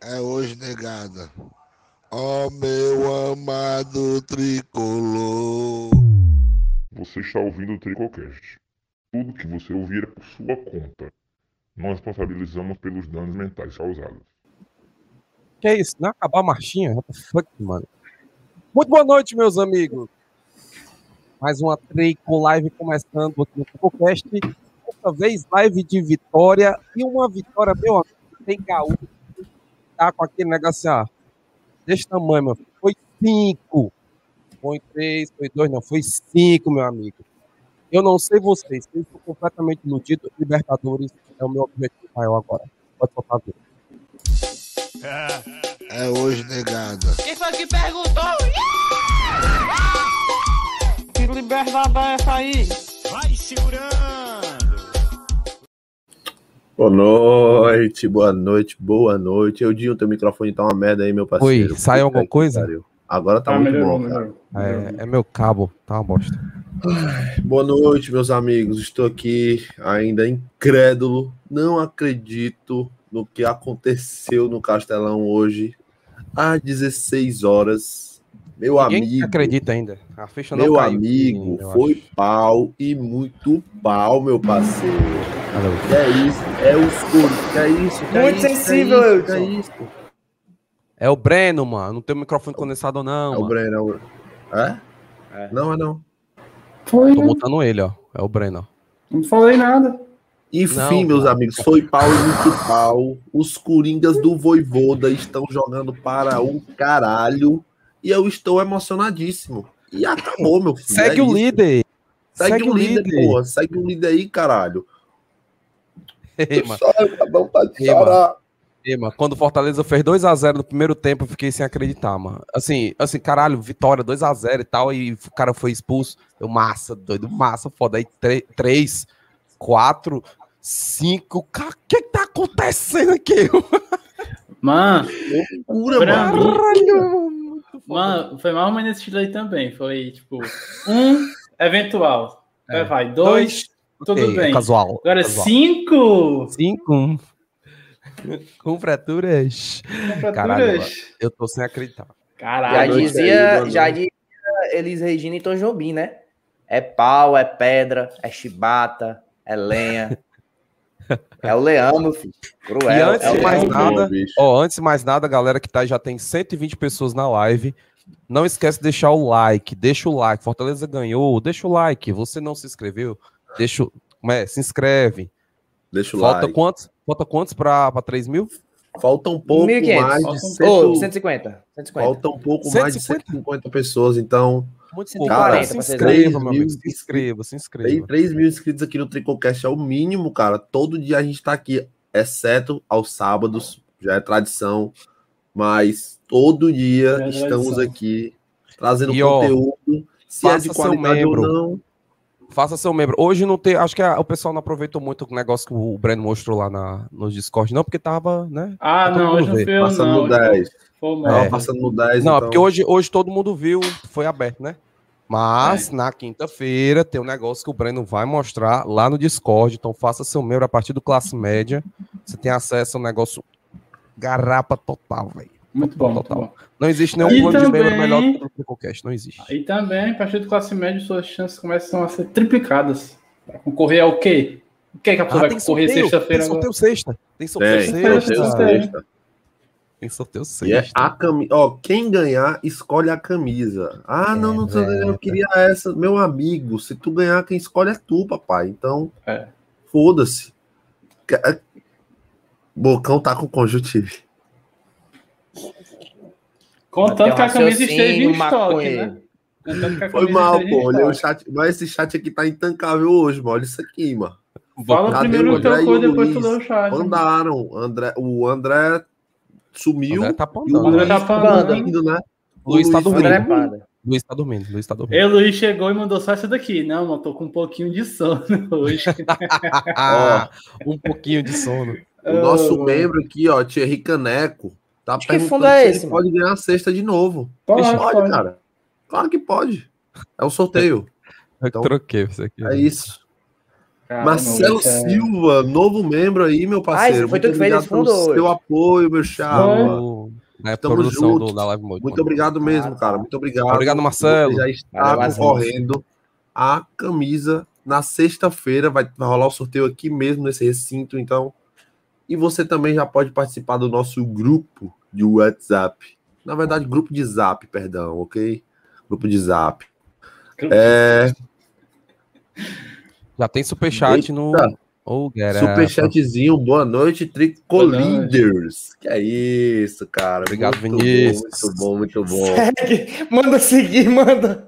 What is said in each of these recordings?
É hoje, negada. Ó meu amado tricolor. Você está ouvindo o Tricocast. Tudo que você ouvir é por sua conta. Não responsabilizamos pelos danos mentais causados. Que é isso? Não acabar a marchinha? What the fuck, mano? Muito boa noite, meus amigos. Mais uma Trico Live começando aqui no Tricocast. Dessa vez, live de vitória. E uma vitória, meu amigo, tem gaúcho. Tá com aquele negócio, ó. Desse tamanho, meu filho. Foi 5. Foi 3, foi 2, não. Foi 5, meu amigo. Eu não sei vocês. Eu estou completamente iludido. Libertadores é o meu objetivo maior agora. Pode soltar a vida. É hoje, negada. Quem foi que perguntou? Que liberdade é essa aí? Vai segurando! Boa noite, boa noite, boa noite. Eudinho, teu microfone tá uma merda aí, meu parceiro. Oi, saiu alguma coisa? Agora tá muito melhorou, bom, cara. É meu cabo, tá uma bosta. Boa noite, meus amigos. Estou aqui ainda incrédulo. Não acredito no que aconteceu no Castelão hoje, às 16 horas. Meu Ninguém amigo, acredita ainda. A ficha não meu caiu, amigo, eu foi acho. pau e muito pau, meu parceiro. Valeu. Que é isso? É o escuro. Que é isso? Que é Muito isso? sensível, Que é Eudson. isso? É o Breno, mano. Não tem o microfone condensado, não, É o mano. Breno, é o... É? Não, é não. Foi, Tô botando ele, ó. É o Breno, ó. não falei nada. Enfim, Não, meus cara. amigos, foi pau e muito pau. Os Coringas do Vojvoda estão jogando para o caralho. E eu estou emocionadíssimo. E acabou, meu filho. Segue é o isso. líder. Segue o líder, porra. Segue o líder aí, caralho. Ei, mano. Chora, não tá de Ei, chorar. Ei, mano. Quando o Fortaleza fez 2x0 no primeiro tempo, eu fiquei sem acreditar, mano. Assim, caralho, vitória 2x0 e tal, e o cara foi expulso. Eu, massa, doido, massa, foda. Aí 3, 4, 5. O que tá acontecendo aqui? Mano, Loucura, pra mano. mim, Caralho. mano, foi mais ou menos nesse estilo aí também. Foi tipo, eventual. Vai, 2, tudo Ok, bem. é casual. Agora casual. 5 5. Com fraturas. fraturas. Caralho, mano. Eu tô sem acreditar. Já Caralho. noite dizia, aí, boa já noite. dizia Elis Regina e Tom Jobim, né? É pau, é pedra, é chibata, é lenha. É o leão, meu filho. Cruel. E antes é o de mais leão. nada, bicho. antes de mais nada, galera que tá, já tem 120 pessoas na live. Não esquece de deixar o like. Deixa o like. Fortaleza ganhou. Deixa o like. Você não se inscreveu? Se inscreve. Deixa o Falta like. quantos? Falta quantos pra 3 mil? Falta um pouco 1.500. mais de Ô, 100. 150. 150. Falta um pouco mais de 150? 150 pessoas, então... Muito 140 pouco. Cara, Se pra vocês inscreva, aí. meu amigo. Se inscreva, se Tem inscreva. 3 mil inscritos aqui no Tricocast, é o mínimo, cara. Todo dia a gente tá aqui, exceto aos sábados, já é tradição, mas todo dia Já é estamos tradição. aqui trazendo E, ó, conteúdo, se é de faça seu qualidade ou membro. não. Faça seu membro. Hoje não tem. Acho que o pessoal não aproveitou muito o negócio que o Breno mostrou lá no Discord, não, porque tava, né? Ah, todo não, mundo hoje não vê. fui eu, Passando não. no 10. Foi o Tava É. Mel. passando no 10, Não, é então... porque hoje todo mundo viu, foi aberto, né? Mas na quinta-feira tem um negócio que o Breno vai mostrar lá no Discord. Então faça seu membro a partir do classe média. Você tem acesso a um negócio garrapa total, velho. Muito bom, muito Total. bom. Não existe nenhum E plano de membro também- melhor do que o Tricocast. Não existe. E também, a partir do classe média, suas chances começam a ser triplicadas. Pra concorrer ao quê? O que é que a pessoa vai concorrer sexta-feira Tem agora? sorteio sexta. Tem sorteio Tem, sexta. sorteio sexta. Tem sorteio E é sexta. a camisa. Ó, quem ganhar, escolhe a camisa. Ah, não, não, eu queria essa. Meu amigo, se tu ganhar, quem escolhe é tu, papai. Então, É. foda-se. Bocão tá com conjuntive. Contando que a camisa Raciocínio, esteja em estoque, maconheiro. né? Contando que a Foi camisa mal, esteja em pô. Olhei o estoque. chat. Mas esse chat aqui tá intancável hoje, mano. Olha isso aqui, mano. Fala Cadê primeiro o o teu André e cor, o depois tu Luiz? lê o chat. Mandaram. O André sumiu. André tá E o pandando. André Luiz tá tá pandando. dormindo, né? Luiz tá dormindo. André Pada. Luiz tá dormindo. Luiz tá dormindo. E o Luiz chegou e mandou só essa daqui. Não, mano, tô com um pouquinho de sono hoje. Um pouquinho de sono. O nosso Ah, membro aqui, ó, Thierry Caneco, tá Que perguntando fundo é se esse, ele pode ganhar a cesta de novo. Pode, Pode, cara. Claro que pode. É um sorteio. Eu Então, troquei isso aqui. É isso. Marcelo Silva, novo membro aí, meu parceiro. Foi tu que fez esse fundo hoje. Seu apoio, meu chapa. Estamos juntos. Da Live Mode, muito obrigado mesmo, cara. Muito obrigado. Obrigado, Marcelo. Você já está concorrendo a camisa na sexta-feira. Vai rolar o sorteio aqui mesmo, nesse recinto, então. E você também já pode participar do nosso grupo de WhatsApp. Na verdade, grupo de Zap, perdão, ok? Grupo de Zap. Já tem superchat no... Superchatzinho, boa noite, Tricolíderes. Que é isso, cara. Obrigado, muito Vinícius. Bom, muito bom. Segue. Manda seguir, manda.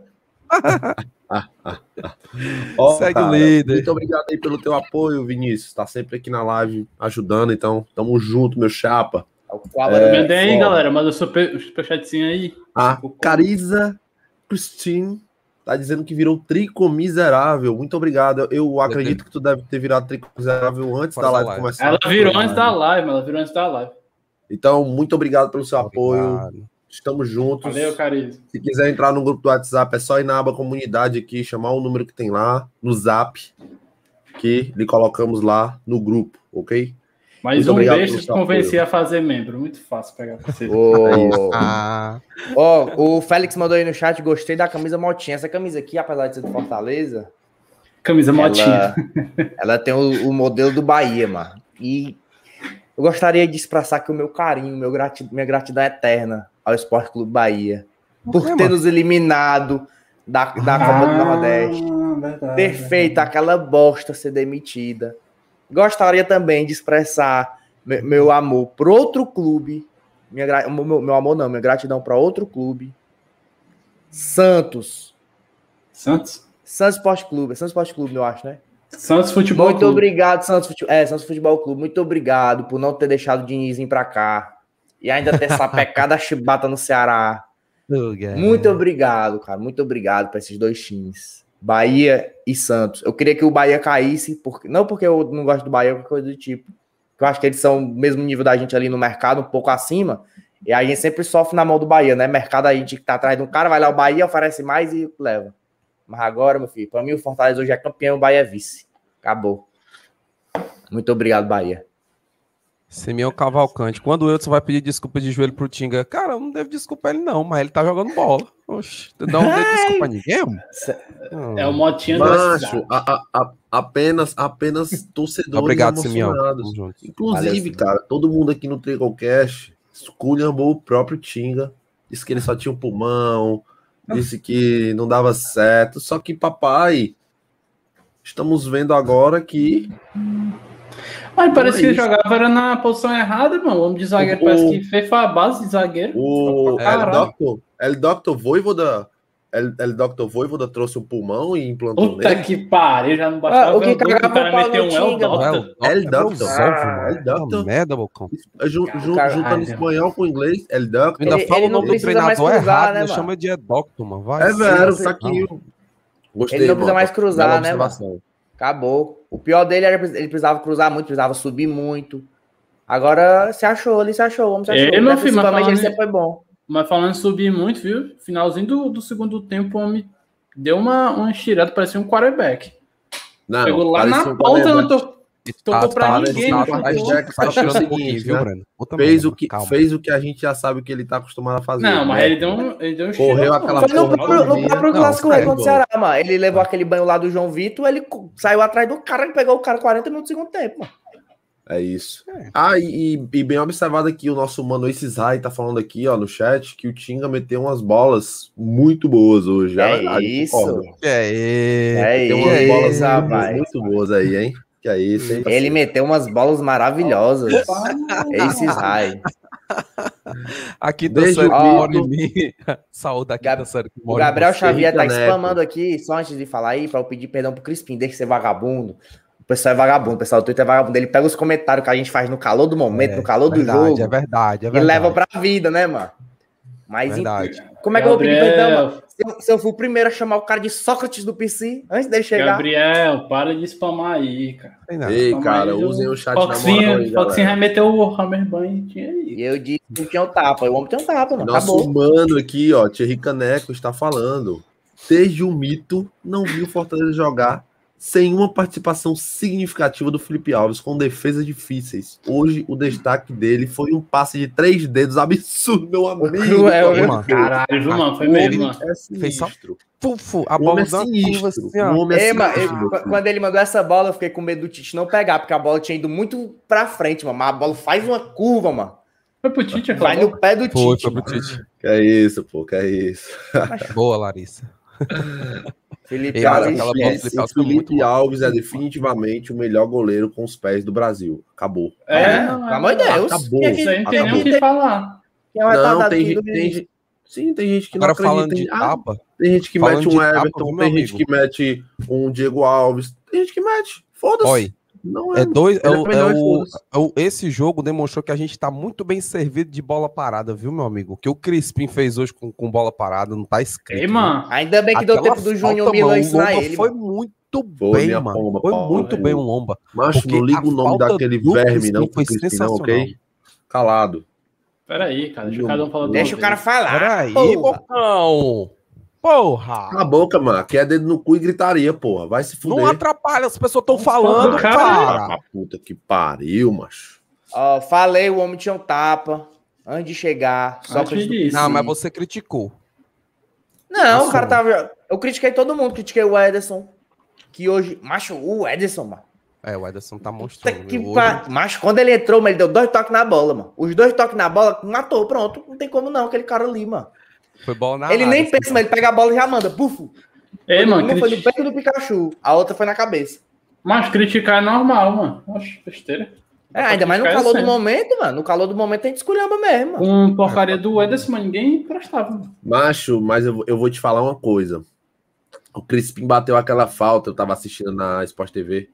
Segue o líder. Muito obrigado aí pelo teu apoio, Vinícius. Tá sempre aqui na live ajudando, então tamo junto, meu chapa. Manda aí, galera. Manda o superchatzinho aí. A Cariza Christine tá dizendo que virou tricomiserável. Muito obrigado. Eu acredito que tu deve ter virado tricomiserável antes da live começar. Ela virou antes da live, Então, muito obrigado pelo seu apoio. Estamos juntos. Valeu, Cariza. Se quiser entrar no grupo do WhatsApp, é só ir na aba comunidade aqui, chamar o número que tem lá, no Zap, que lhe colocamos lá no grupo, ok? Mas um beijo te convencer a fazer membro. Muito fácil pegar pra você. O Félix mandou aí no chat, gostei da camisa Motinha. Essa camisa aqui, apesar de ser do Fortaleza... Camisa Motinha. Ela tem o modelo do Bahia, mano. E eu gostaria de expressar aqui o meu carinho, minha gratidão eterna ao Esporte Clube Bahia. Por ter nos eliminado da Copa do Nordeste. Ter feito aquela bosta ser demitida. Gostaria também de expressar meu amor por outro clube. Meu amor não, minha gratidão para outro clube. Santos Esporte Clube. Santos Esporte Clube, eu acho, né? Santos Futebol Clube. Muito obrigado, Santos Futebol Clube. Muito obrigado por não ter deixado o Diniz vir pra cá. E ainda ter sapecado a chibata no Ceará. Muito obrigado, cara. Muito obrigado para esses dois times. Bahia e Santos. Eu queria que o Bahia caísse, não porque eu não gosto do Bahia, qualquer coisa do tipo. Eu acho que eles são o mesmo nível da gente ali no mercado, um pouco acima. E a gente sempre sofre na mão do Bahia, né? Mercado a gente que tá atrás de um cara, vai lá o Bahia, oferece mais e leva. Mas agora, meu filho, para mim o Fortaleza hoje é campeão, o Bahia é vice. Acabou. Muito obrigado, Bahia. Simeão Cavalcante. Quando o Wilson vai pedir desculpa de joelho pro Tinga? Cara, eu não devo desculpar ele não, mas ele tá jogando bola. Oxe, não devo desculpa a ninguém, mano. É o Motinha do Macho, apenas torcedores obrigado, emocionados. Simeão. Inclusive, cara, todo mundo aqui no Tricocast esculhambou o próprio Tinga. Disse que ele só tinha um pulmão, disse que não dava certo. Só que, papai, estamos vendo agora que... Mas parece que ele jogava era na posição errada, mano. O homem de zagueiro parece que fez a base de zagueiro. El Dr. Voivoda trouxe um pulmão e implantou nele. Puta que pariu, já não bastava. O que cara meteu um El Dr. Merda, Bocão. Juntando espanhol com o inglês, El Dr. Ainda fala o nome do treinador errado, né, chama de Edocto, mano. É velho, saquinho. Gostei, ele não precisa mais cruzar, né, mano? Acabou. O pior dele era ele precisava cruzar muito, precisava subir muito. Agora se achou, ele se achou. O homem se achou. Meu filho, ele sempre foi bom. Mas falando em subir muito, viu? Finalzinho do segundo tempo, o homem deu uma estirada, parecia um quarterback. Não, chegou lá na ponta, não tocou pra ninguém. Fez o que a gente já sabe que ele tá acostumado a fazer. Não, mas ele deu um correu aquela porra. Foi no próprio clássico contra o Ceará, mano. Ele levou aquele banho lá do João Vitor, ele saiu atrás do cara e pegou o cara 40 minutos do segundo tempo, mano. É isso. E bem observado aqui, o nosso mano Zai tá falando aqui, ó, no chat, que o Tinga meteu umas bolas muito boas hoje. Isso. Tem umas bolas muito boas aí, hein? Que é isso, hein? Ele meteu umas bolas maravilhosas. Esse Zai. Aqui da série que mora em mim. Saúde aqui da série que mora. O Gabriel Xavier tá spamando aqui, só antes de falar aí, pra eu pedir perdão pro Crispim, deixa de ser vagabundo. O pessoal é vagabundo, o pessoal do Twitter é vagabundo. Ele pega os comentários que a gente faz no calor do momento, no calor do jogo. É verdade. E leva pra vida, né, mano? Mas como é que eu vou pedir perdão, mano? Se eu for o primeiro a chamar o cara de Sócrates do PC, antes dele chegar... Gabriel, para de spamar aí, cara. Ei, cara, usem o chat Foxinha vai meter o Hammerban aí. E eu disse que tinha um tapa. O homem tem um tapa, mano. Nosso acabou. mano aqui, ó, Thierry Caneco, está falando. Desde o mito, não viu o Fortaleza jogar sem uma participação significativa do Felipe Alves, com defesas difíceis. Hoje, o destaque dele foi um passe de 3 dedos absurdo, meu amigo. Caralho, viu, mano? Foi mesmo, mano. É sinistro. A O bola homem é dá uma curva sinistro. assim, ó. O homem é sinistro. Quando ele mandou essa bola, eu fiquei com medo do Tite não pegar, porque a bola tinha ido muito pra frente, mano. Mas a bola faz uma curva, mano. Foi pro Tite, Vai no pé do Foi Tite. pro Tite. Que é isso, pô, que é isso. Boa, Larissa. Felipe Cara, Alves. aquela bola do O Felipe Alves foi muito Felipe boa. Alves é definitivamente o melhor goleiro com os pés do Brasil. Acabou. Pelo amor de Deus. Acabou. Quem é Isso aí não tem nem o Acabou. que falar. Quem é o retardado aqui do Sim, tem gente que Agora não acredita. falando de tapa, Tem gente que falando mete de um tapa, Everton, viu, tem meu gente amigo? que mete um Diego Alves, tem gente que mete. Foda-se. Olha, Não é dois, ele é melhor e foda-se. esse jogo demonstrou que a gente tá muito bem servido de bola parada, viu, meu amigo? O que o Crispim fez hoje com bola parada não tá escrito. Ei, né? mano. Ainda bem que deu Aquela tempo do Júnior falta, Milo mano, ensinar o Lomba ele. foi mano. muito Foi, bem, minha mano. pomba, Foi Paulo. muito bem o Lomba. Macho, Porque não liga a o nome falta daquele do verme, Crispim não, foi pro Crispim, não, sensacional. ok? Calado. Peraí, cara. Deixa cada um falar do Deixa o cara falar. Peraí, porra. Bocão. Porra. Cala a boca, mano. Que é dedo no cu e gritaria, porra. Vai se fuder. Não atrapalha, as pessoas estão falando, cara. cara. Ah, puta que pariu, macho. Ó, falei, o homem tinha um tapa antes de chegar. Só Antes que disso. Não, mas você criticou. Não, o cara tava. Eu critiquei todo mundo, critiquei o Ederson. Que hoje. Macho, o Ederson, mano. É, o Ederson tá Puta mostrando. que Hoje- Macho, quando ele entrou, mano, ele deu 2 toques na bola, mano. Os 2 toques na bola, matou, pronto. Não tem como não, aquele cara ali, mano. Foi bola na Ele área, nem assim. pensa, mas ele pega a bola e já manda. Bufo. Ei, mano. Uma foi no peito do Pikachu, a outra foi na cabeça. Mas criticar é normal, mano. Oxe, besteira. Ainda mais no Criticar é calor do sempre. momento, mano. No calor do momento tem esculhamba mesmo, mano. Com porcaria do Ederson, mas ninguém prestava. Mano. Macho, mas eu vou te falar uma coisa. O Crispim bateu aquela falta, eu tava assistindo na Sport TV.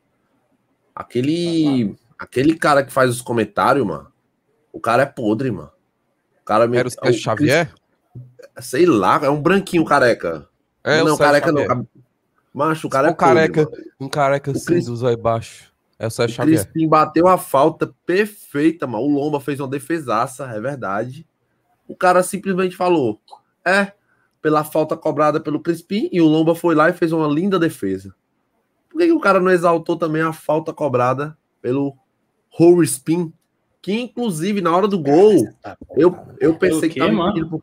Aquele cara que faz os comentários, mano, o cara é podre, mano. O cara Era o Sérgio Xavier? Sei lá, é um branquinho careca. É, não, o Sérgio careca Xavier. não. Macho, o cara é Um careca, podre, mano. um careca assim, Cris- dos olhos baixos. É o Sérgio O Xavier. Crispim bateu a falta perfeita, mano. O Lomba fez uma defesaça, é verdade. O cara simplesmente falou, pela falta cobrada pelo Crispim, e o Lomba foi lá e fez uma linda defesa. Por que o cara não exaltou também a falta cobrada pelo Crispim? Que, inclusive, na hora do gol, eu pensei Pelo que quê, tava mano? impedido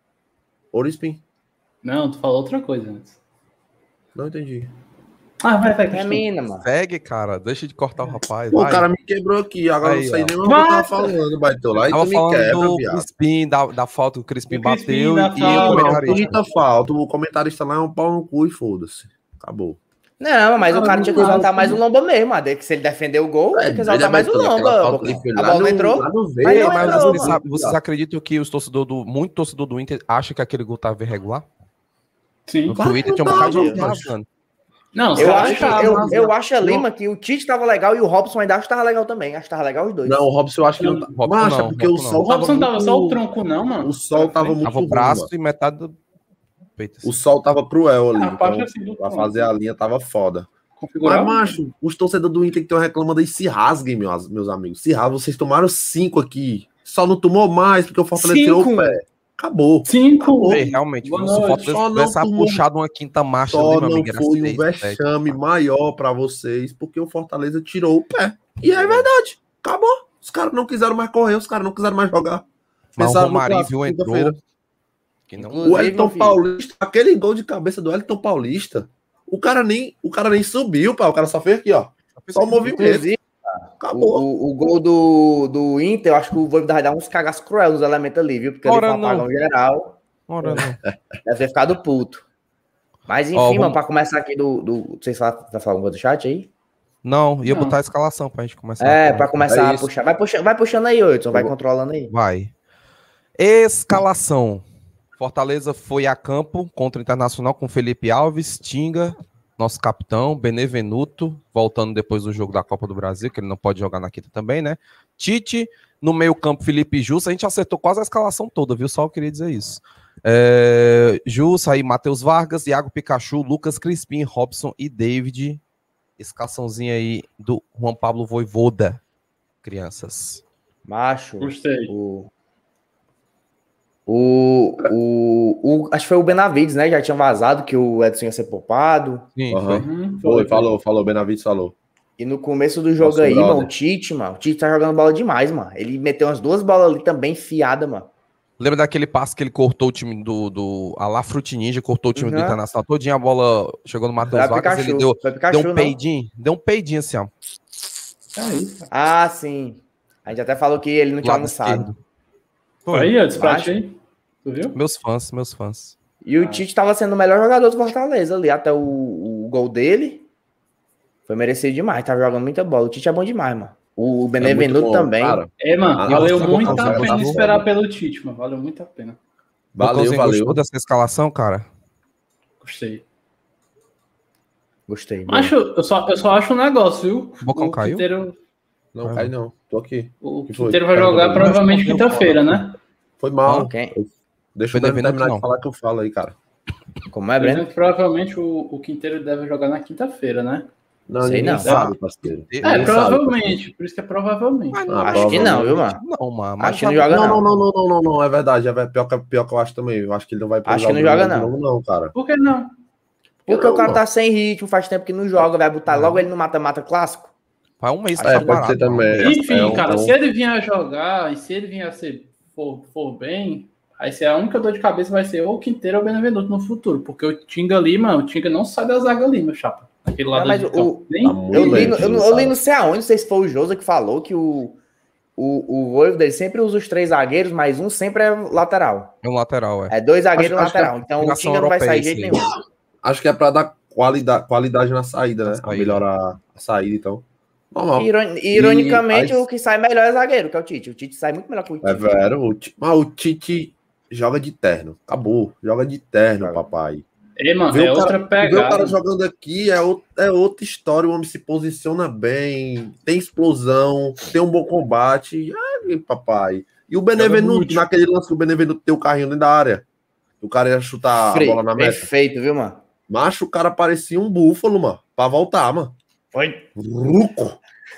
por Crispim. Não, tu falou outra coisa antes. Não entendi. Ah, vai, Termina, mano. Segue, cara. Deixa de cortar o rapaz. Pô, vai. o cara me quebrou aqui, agora Aí, eu não sei ó. nem o que eu tava falando, Baitola. Aí Tava tu me falando quebra, do viado. Crispim, da falta que o Crispim Do Crispim, bateu da e falta. o Não, comentarista. muita falta. O comentarista lá é um pau no cu e foda-se. Acabou. Não, mas o cara tinha que exaltar não. mais o Lomba mesmo. Que se ele defendeu o gol, tinha que exaltar mais o Lomba. A bola não entrou? Lá no Mas veio, não Mas entrou, vocês, mano. vocês acreditam que os muito torcedor do Inter acha que aquele gol tava irregular? Sim. Porque o Inter tinha um bocado de gente Não, rasgando. Não, Eu acho ali, mano, que o Tite tava legal e o Robson ainda acho que tava legal também. Acho que tava legal os dois. Não, o Robson eu acho que não tá. Robson Macha, não, porque Robson o não. sol O Robson tava tava muito... só o tronco, não, mano. O sol tava muito Tava o ruim, braço mano. e metade do peito. assim. O sol tava cruel ali. A parte Então, assim do pra tronco. fazer a linha tava foda. Configurar. Mas, macho, os torcedores do Inter que estão reclamando aí se rasguem, meus amigos. Se rasguem. Vocês tomaram 5 aqui. Só não tomou mais porque o Fortaleza tirou o 5. pé. Acabou. 5. Ei, realmente, Boa viu? Se o noite. Fortaleza Só não tivesse tomou- puxado uma quinta marcha Só ali, meu não amigo, era foi um 6, vexame maior pra vocês porque o Fortaleza tirou o pé. E é verdade. Acabou. Os caras não quiseram mais correr, os caras não quiseram mais jogar. Mas o Pensaram no Romarinho, clássico, viu, entrou. quinta-feira. Que não... Inclusive, O Wellington meu filho. Paulista, aquele gol de cabeça do Wellington Paulista, o cara nem subiu, pá. O cara só fez aqui, ó. Só o movimento. Inclusive, Acabou. o gol do Inter, eu acho que o Voivoda vai dar uns cagaços cruel nos elementos ali, viu? Porque ele Ora, foi um apagão geral. Ora, não. Deve ter ficado puto. Mas enfim, Ó, mano, vamos- pra começar aqui Vocês vai falar alguma coisa do chat aí? Não, ia Não. botar a escalação pra gente começar. Pra começar É a isso. puxar. Vai puxando aí, Hudson, vai Eu vou- controlando aí. Vai. Escalação. Fortaleza foi a campo contra o Internacional com Felipe Alves, Tinga, nosso capitão, Benevenuto, voltando depois do jogo da Copa do Brasil, que ele não pode jogar na quinta também, né? Tite, no meio campo, Felipe Jussa. A gente acertou quase a escalação toda, viu? Só eu queria dizer isso. Jussa, aí Matheus Vargas, Iago Pikachu, Lucas Crispim, Robson e David. Escalaçãozinha aí do Juan Pablo Vojvoda, crianças. Macho. Gostei. O Acho que foi o Benavides, né? Já tinha vazado que o Edson ia ser poupado. Sim, Aham. foi. Falou, o Benavides falou. E no começo do jogo Nossa, aí, brother. mano, o Tite tá jogando bola demais, mano. Ele meteu umas 2 bolas ali também enfiada, mano. Lembra daquele passe que ele cortou o time do a La Fruit Ninja, cortou o time do Internacional todinho, a bola chegou no Matheus Vargas, ele deu um peidinho, assim, ó. É isso. Ah, sim. A gente até falou que ele não tinha almoçado. Aí, eu despachei. Tu viu? Meus fãs. E o Tite tava sendo o melhor jogador do Fortaleza ali, até o gol dele. Foi merecido demais, tava jogando muita bola. O Tite é bom demais, mano. O Benevenuto também. Cara. Mano, valeu muito a tá pena bom. esperar pelo Tite, mano. Valeu muito a pena. Valeu. Gostou dessa escalação, cara? Gostei. Acho, eu só acho um negócio, viu? O Bocão caiu? Quinteiro, Não, cai não. Tô aqui. o Que foi? Quinteiro vai jogar provavelmente quinta-feira, né? Foi mal. Quem? Deixa eu Benevenuto terminar não. de falar que eu falo aí, cara. Como é, Breno? Provavelmente o Quinteiro deve jogar na quinta-feira, né? Não, Sei ninguém não. sabe, parceiro. É, provavelmente. Por isso que é provavelmente. Acho que não, viu, mano? Não, mano. Acho que não joga, não. Não, é verdade. Pior que eu acho também. Eu acho que ele não vai Acho que não joga, não. Não, cara. Por que não? Porque o cara tá sem ritmo, faz tempo que não joga, vai botar logo ele no mata-mata clássico. Faz um mês que É, tá pode parado. ser também. Enfim, cara, se ele vier a jogar e se ele vier a for bem, aí se a única dor de cabeça vai ser ou o Quinteiro ou o Benevenuto no futuro. Porque o Tinga ali, mano, o Tinga não sai da zaga ali, meu chapa. Aquele lado Mas de o- campo. Eu li não sei aonde, não sei se foi o Josa que falou que o Voivoda, ele sempre usa os 3 zagueiros, mas um sempre é lateral. É um lateral, é. É 2 zagueiros e um Acho que lateral. Então o ligação Tinga não vai sair de europeia, jeito isso nenhum. Acho que é pra dar qualidade na saída, né? Na saída. Melhorar a saída, então. Normal. Ironicamente, E aí- o que sai melhor é zagueiro, que é o Tite. O Tite sai muito melhor que o Tite. É vero. Mas o Tite joga de terno. Acabou. Joga de terno, papai. Mano, Ver é o outra Ver o pegada. cara jogando aqui é outra história. O homem se posiciona bem, tem explosão, tem um bom combate. Ai, papai. E o Benevenuto, naquele lance que o Benevenuto tem o carrinho dentro da área. O cara ia chutar a bola na meta. Perfeito, viu, mano? Macho, o cara parecia um búfalo, mano. Pra voltar, mano. Foi. Ruco.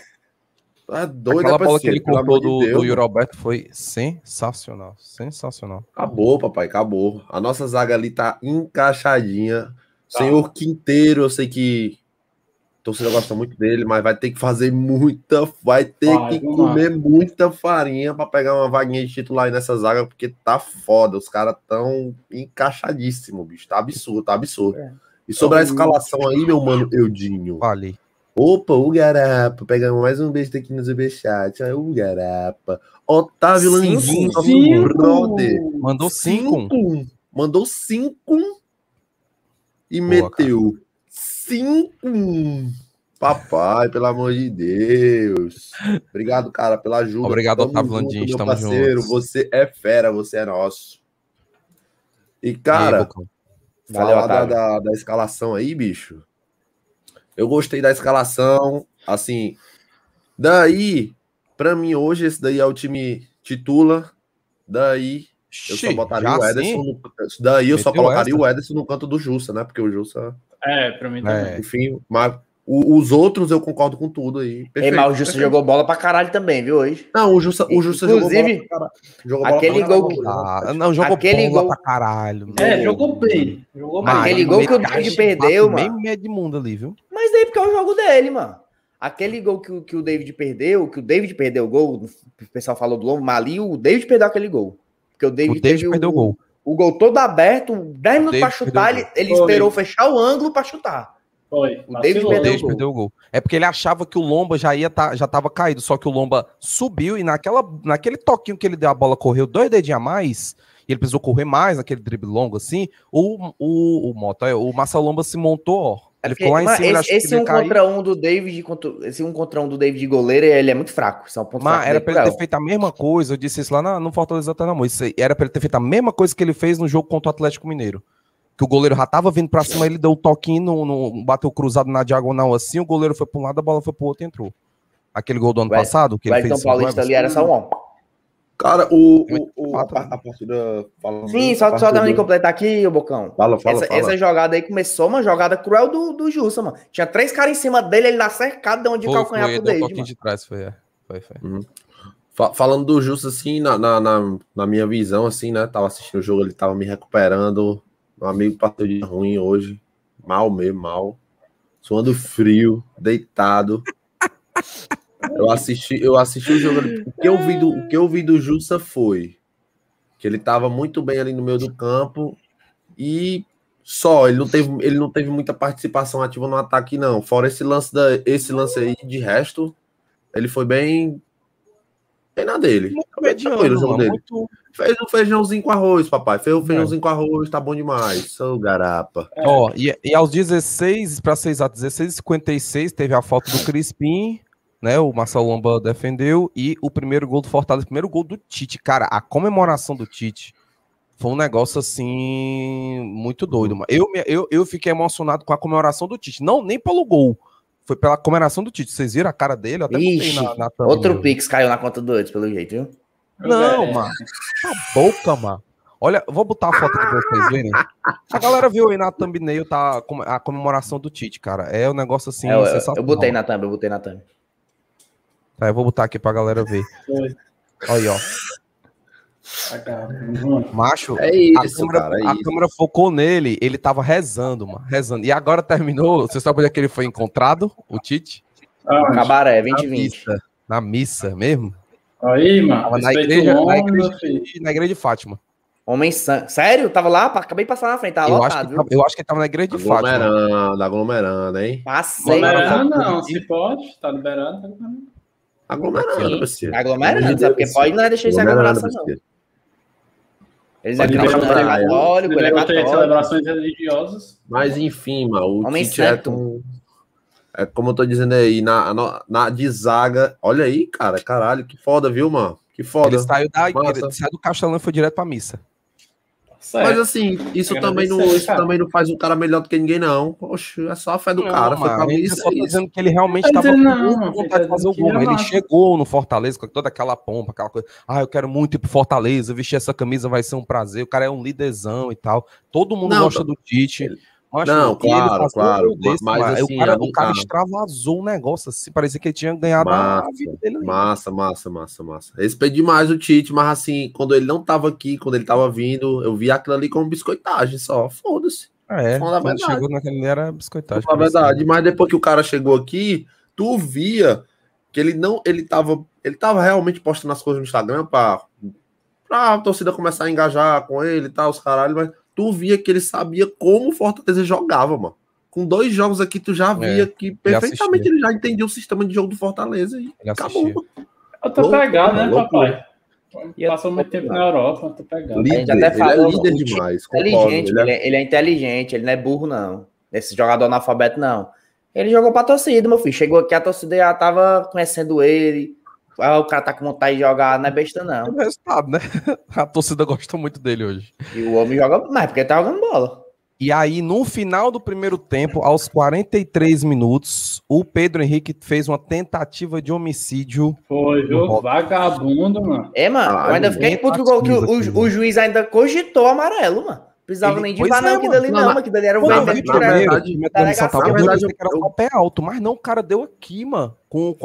Tá doido, Aquela bola que parceiro? ele Pelo cortou amor de Deus, do mano. Yuri Alberto foi sensacional. Sensacional. Acabou, papai, acabou. A nossa zaga ali tá encaixadinha. Senhor Quinteiro, eu sei que a torcida gosta muito dele, mas vai ter que fazer vai ter que comer muita farinha pra pegar uma vaguinha de titular aí nessa zaga, porque tá foda. Os caras tão encaixadíssimos, bicho. Tá absurdo. E sobre a escalação aí, meu mano Eudinho. Vale. Opa, o Garapa, pegando mais um beijo aqui no Superchat. Olha o Garapa. Otávio Landim, nosso brother. Mandou 5. Mandou 5 e Boa, meteu 5. Papai, pelo amor de Deus. Obrigado, cara, pela ajuda. Obrigado, Tamo Otávio junto, Landim. meu Estamos parceiro. juntos. Você é fera, você é nosso. E, E aí, cara, Bocão? Valeu, falar Otávio. da escalação aí, bicho. Eu gostei da escalação, assim, daí, pra mim hoje, esse daí é o time titula, daí eu só botaria já o Ederson, assim? daí eu só Meteu colocaria essa? o Ederson no canto do Jussa, né, porque o Jussa, Pra mim também. enfim, mas os outros eu concordo com tudo aí. Ei, Perfeito, mas o Justo perfeito. jogou bola pra caralho também, viu, hoje? Não, o Jussa jogou bola Inclusive, pra caralho. Jogou bola aquele pra caralho, gol- Não, jogou Aquele bola gol- pra caralho. Jogou bem. Jogou bem. Aquele gol que o David perdeu, mano. Meio meio de mundo ali, viu? Mas daí porque é o jogo dele, mano. Aquele gol que o David perdeu, o gol, o pessoal falou do Lombo, mas ali o David perdeu aquele gol. Porque o David perdeu o gol. O gol todo aberto, 10 minutos pra David chutar, perdeu ele Foi. esperou fechar o ângulo pra chutar. Foi. O David Vacilou. O perdeu David o gol. perdeu o gol. É porque ele achava que o Lomba já tava caído, só que o Lomba subiu e naquele toquinho que ele deu a bola, correu 2 dedinhos a mais, e ele precisou correr mais naquele drible longo assim, o Marcelo Lomba se montou, ó. Ele ficou lá em cima, ele achou que Esse ele ia um cair. contra um do David, esse 1 contra 1 do David goleiro, ele é muito fraco. Isso é um ponto Mas fraco era dele, pra ele ter cruel. feito a mesma coisa, eu disse isso lá no Fortaleza até não, isso aí, era pra ele ter feito a mesma coisa que ele fez no jogo contra o Atlético Mineiro. Que o goleiro já tava vindo pra cima, ele deu um toquinho, bateu cruzado na diagonal assim, o goleiro foi pra um lado, a bola foi pro outro e entrou. Aquele gol do ano passado, que O ele Elton fez. Paulista ali era só um homem. Cara, Fato, a partida... falando Sim, da só partida dando de do- completar aqui, ô Bocão. Fala. Essa jogada aí começou uma jogada cruel do Jussa, mano. Tinha 3 caras em cima dele, ele dá cercado de onde Foi, calcanhar ele pro deu um David, toquinho mano. de trás, foi. Falando do Justo, assim, na minha visão, assim, né? Tava assistindo o jogo, ele tava me recuperando. Meu amigo passou de ruim hoje. Mal mesmo, mal. Suando frio, deitado. Eu assisti o jogo. O que eu vi do Justa foi que ele tava muito bem ali no meio do campo e só, ele não teve muita participação ativa no ataque, não. Fora esse lance aí, de resto, ele foi bem na dele. Fez um feijãozinho com arroz, papai. Fez um feijãozinho com arroz, tá bom demais. Sou garapa. Ó, e aos 16, para ser exato, 16h56, teve a falta do Crispim, né? O Marcelo Lomba defendeu, e o primeiro gol do Fortaleza, o primeiro gol do Tite. Cara, a comemoração do Tite foi um negócio assim muito doido, mano. Eu fiquei emocionado com a comemoração do Tite. Não, nem pelo gol. Foi pela comemoração do Tite. Vocês viram a cara dele? Eu até botei na outro Pix caiu na conta do Edson, pelo jeito, viu? Não, mano. Cala a boca, mano. Olha, eu vou botar a foto aqui pra vocês verem. A galera viu aí na thumbnail, tá a comemoração do Tite, cara. É um negócio assim sensacional. Eu botei na thumb. Tá, eu vou botar aqui pra galera ver. Olha aí, ó. Macho, é isso, a câmera focou nele, ele tava rezando, mano, rezando. E agora terminou, você sabe onde é que ele foi encontrado, o Tite? Cabaré, 2020. Na missa mesmo? Aí, mano. Tava na igreja de Fátima. Homem santo. Sério? Tava lá? Acabei de passar na frente, tava lotado, viu? Eu acho que ele tava na igreja de Fátima. Aglomerando, hein? Passei. Aglomerando não, se pode, tá liberado. Aglomerando, parceiro. Aglomerando, sabe? Porque pode não é deixar isso aglomeração, não. Eles acreditam no católico, ele é católico. Celebrações religiosas. Mas enfim, mano, o Tite é como eu tô dizendo aí, na de zaga. Olha aí, cara, caralho, que foda, viu, mano? Que foda. Ele saiu do Castelão e foi direto pra missa. Certo. Mas assim, isso também não faz um cara melhor do que ninguém, não. Poxa, é só a fé do cara. Foi pra missa. Só dizendo que ele realmente estava com vontade de fazer o gol. Ele chegou no Fortaleza com toda aquela pompa, aquela coisa. Eu quero muito ir pro Fortaleza, vestir essa camisa vai ser um prazer. O cara é um líderzão e tal. Todo mundo gosta do Tite. Não, claro. Mas assim, o cara extravasou o negócio, assim, parecia que ele tinha ganhado a vida dele. Massa. Respeito demais o Tite, mas assim, quando ele não tava aqui, quando ele tava vindo, eu vi aquilo ali como biscoitagem só. Foda-se. Quando chegou naquele ali era biscoitagem. Na verdade, mas depois que o cara chegou aqui, tu via que ele tava realmente postando as coisas no Instagram pra a torcida começar a engajar com ele e tal, os caralho, mas tu via que ele sabia como o Fortaleza jogava, mano. Com 2 jogos aqui, tu já via que perfeitamente ele já entendia o sistema de jogo do Fortaleza e acabou, mano. Eu tô pegado, né, papai? Passou muito tempo na Europa, eu tô pegado. A gente até falou, ele é líder demais. Ele é inteligente, ele não é burro, não. Esse jogador analfabeto, não. Ele jogou pra torcida, meu filho. Chegou aqui, a torcida já tava conhecendo ele. O cara tá com vontade de jogar, não é besta, não. É o resultado, né? A torcida gosta muito dele hoje. E o homem joga mais, porque ele tá jogando bola. E aí, no final do primeiro tempo, aos 43 minutos, o Pedro Henrique fez uma tentativa de homicídio. Foi, viu? Vagabundo, mano. Mano, eu ainda fiquei puto que o juiz ainda cogitou amarelo, mano. Precisava nem de VAR, não, aquilo ali não, aquilo ali era o vermelho direto. Na verdade, era só pé alto, mas não, o cara deu aqui, mano.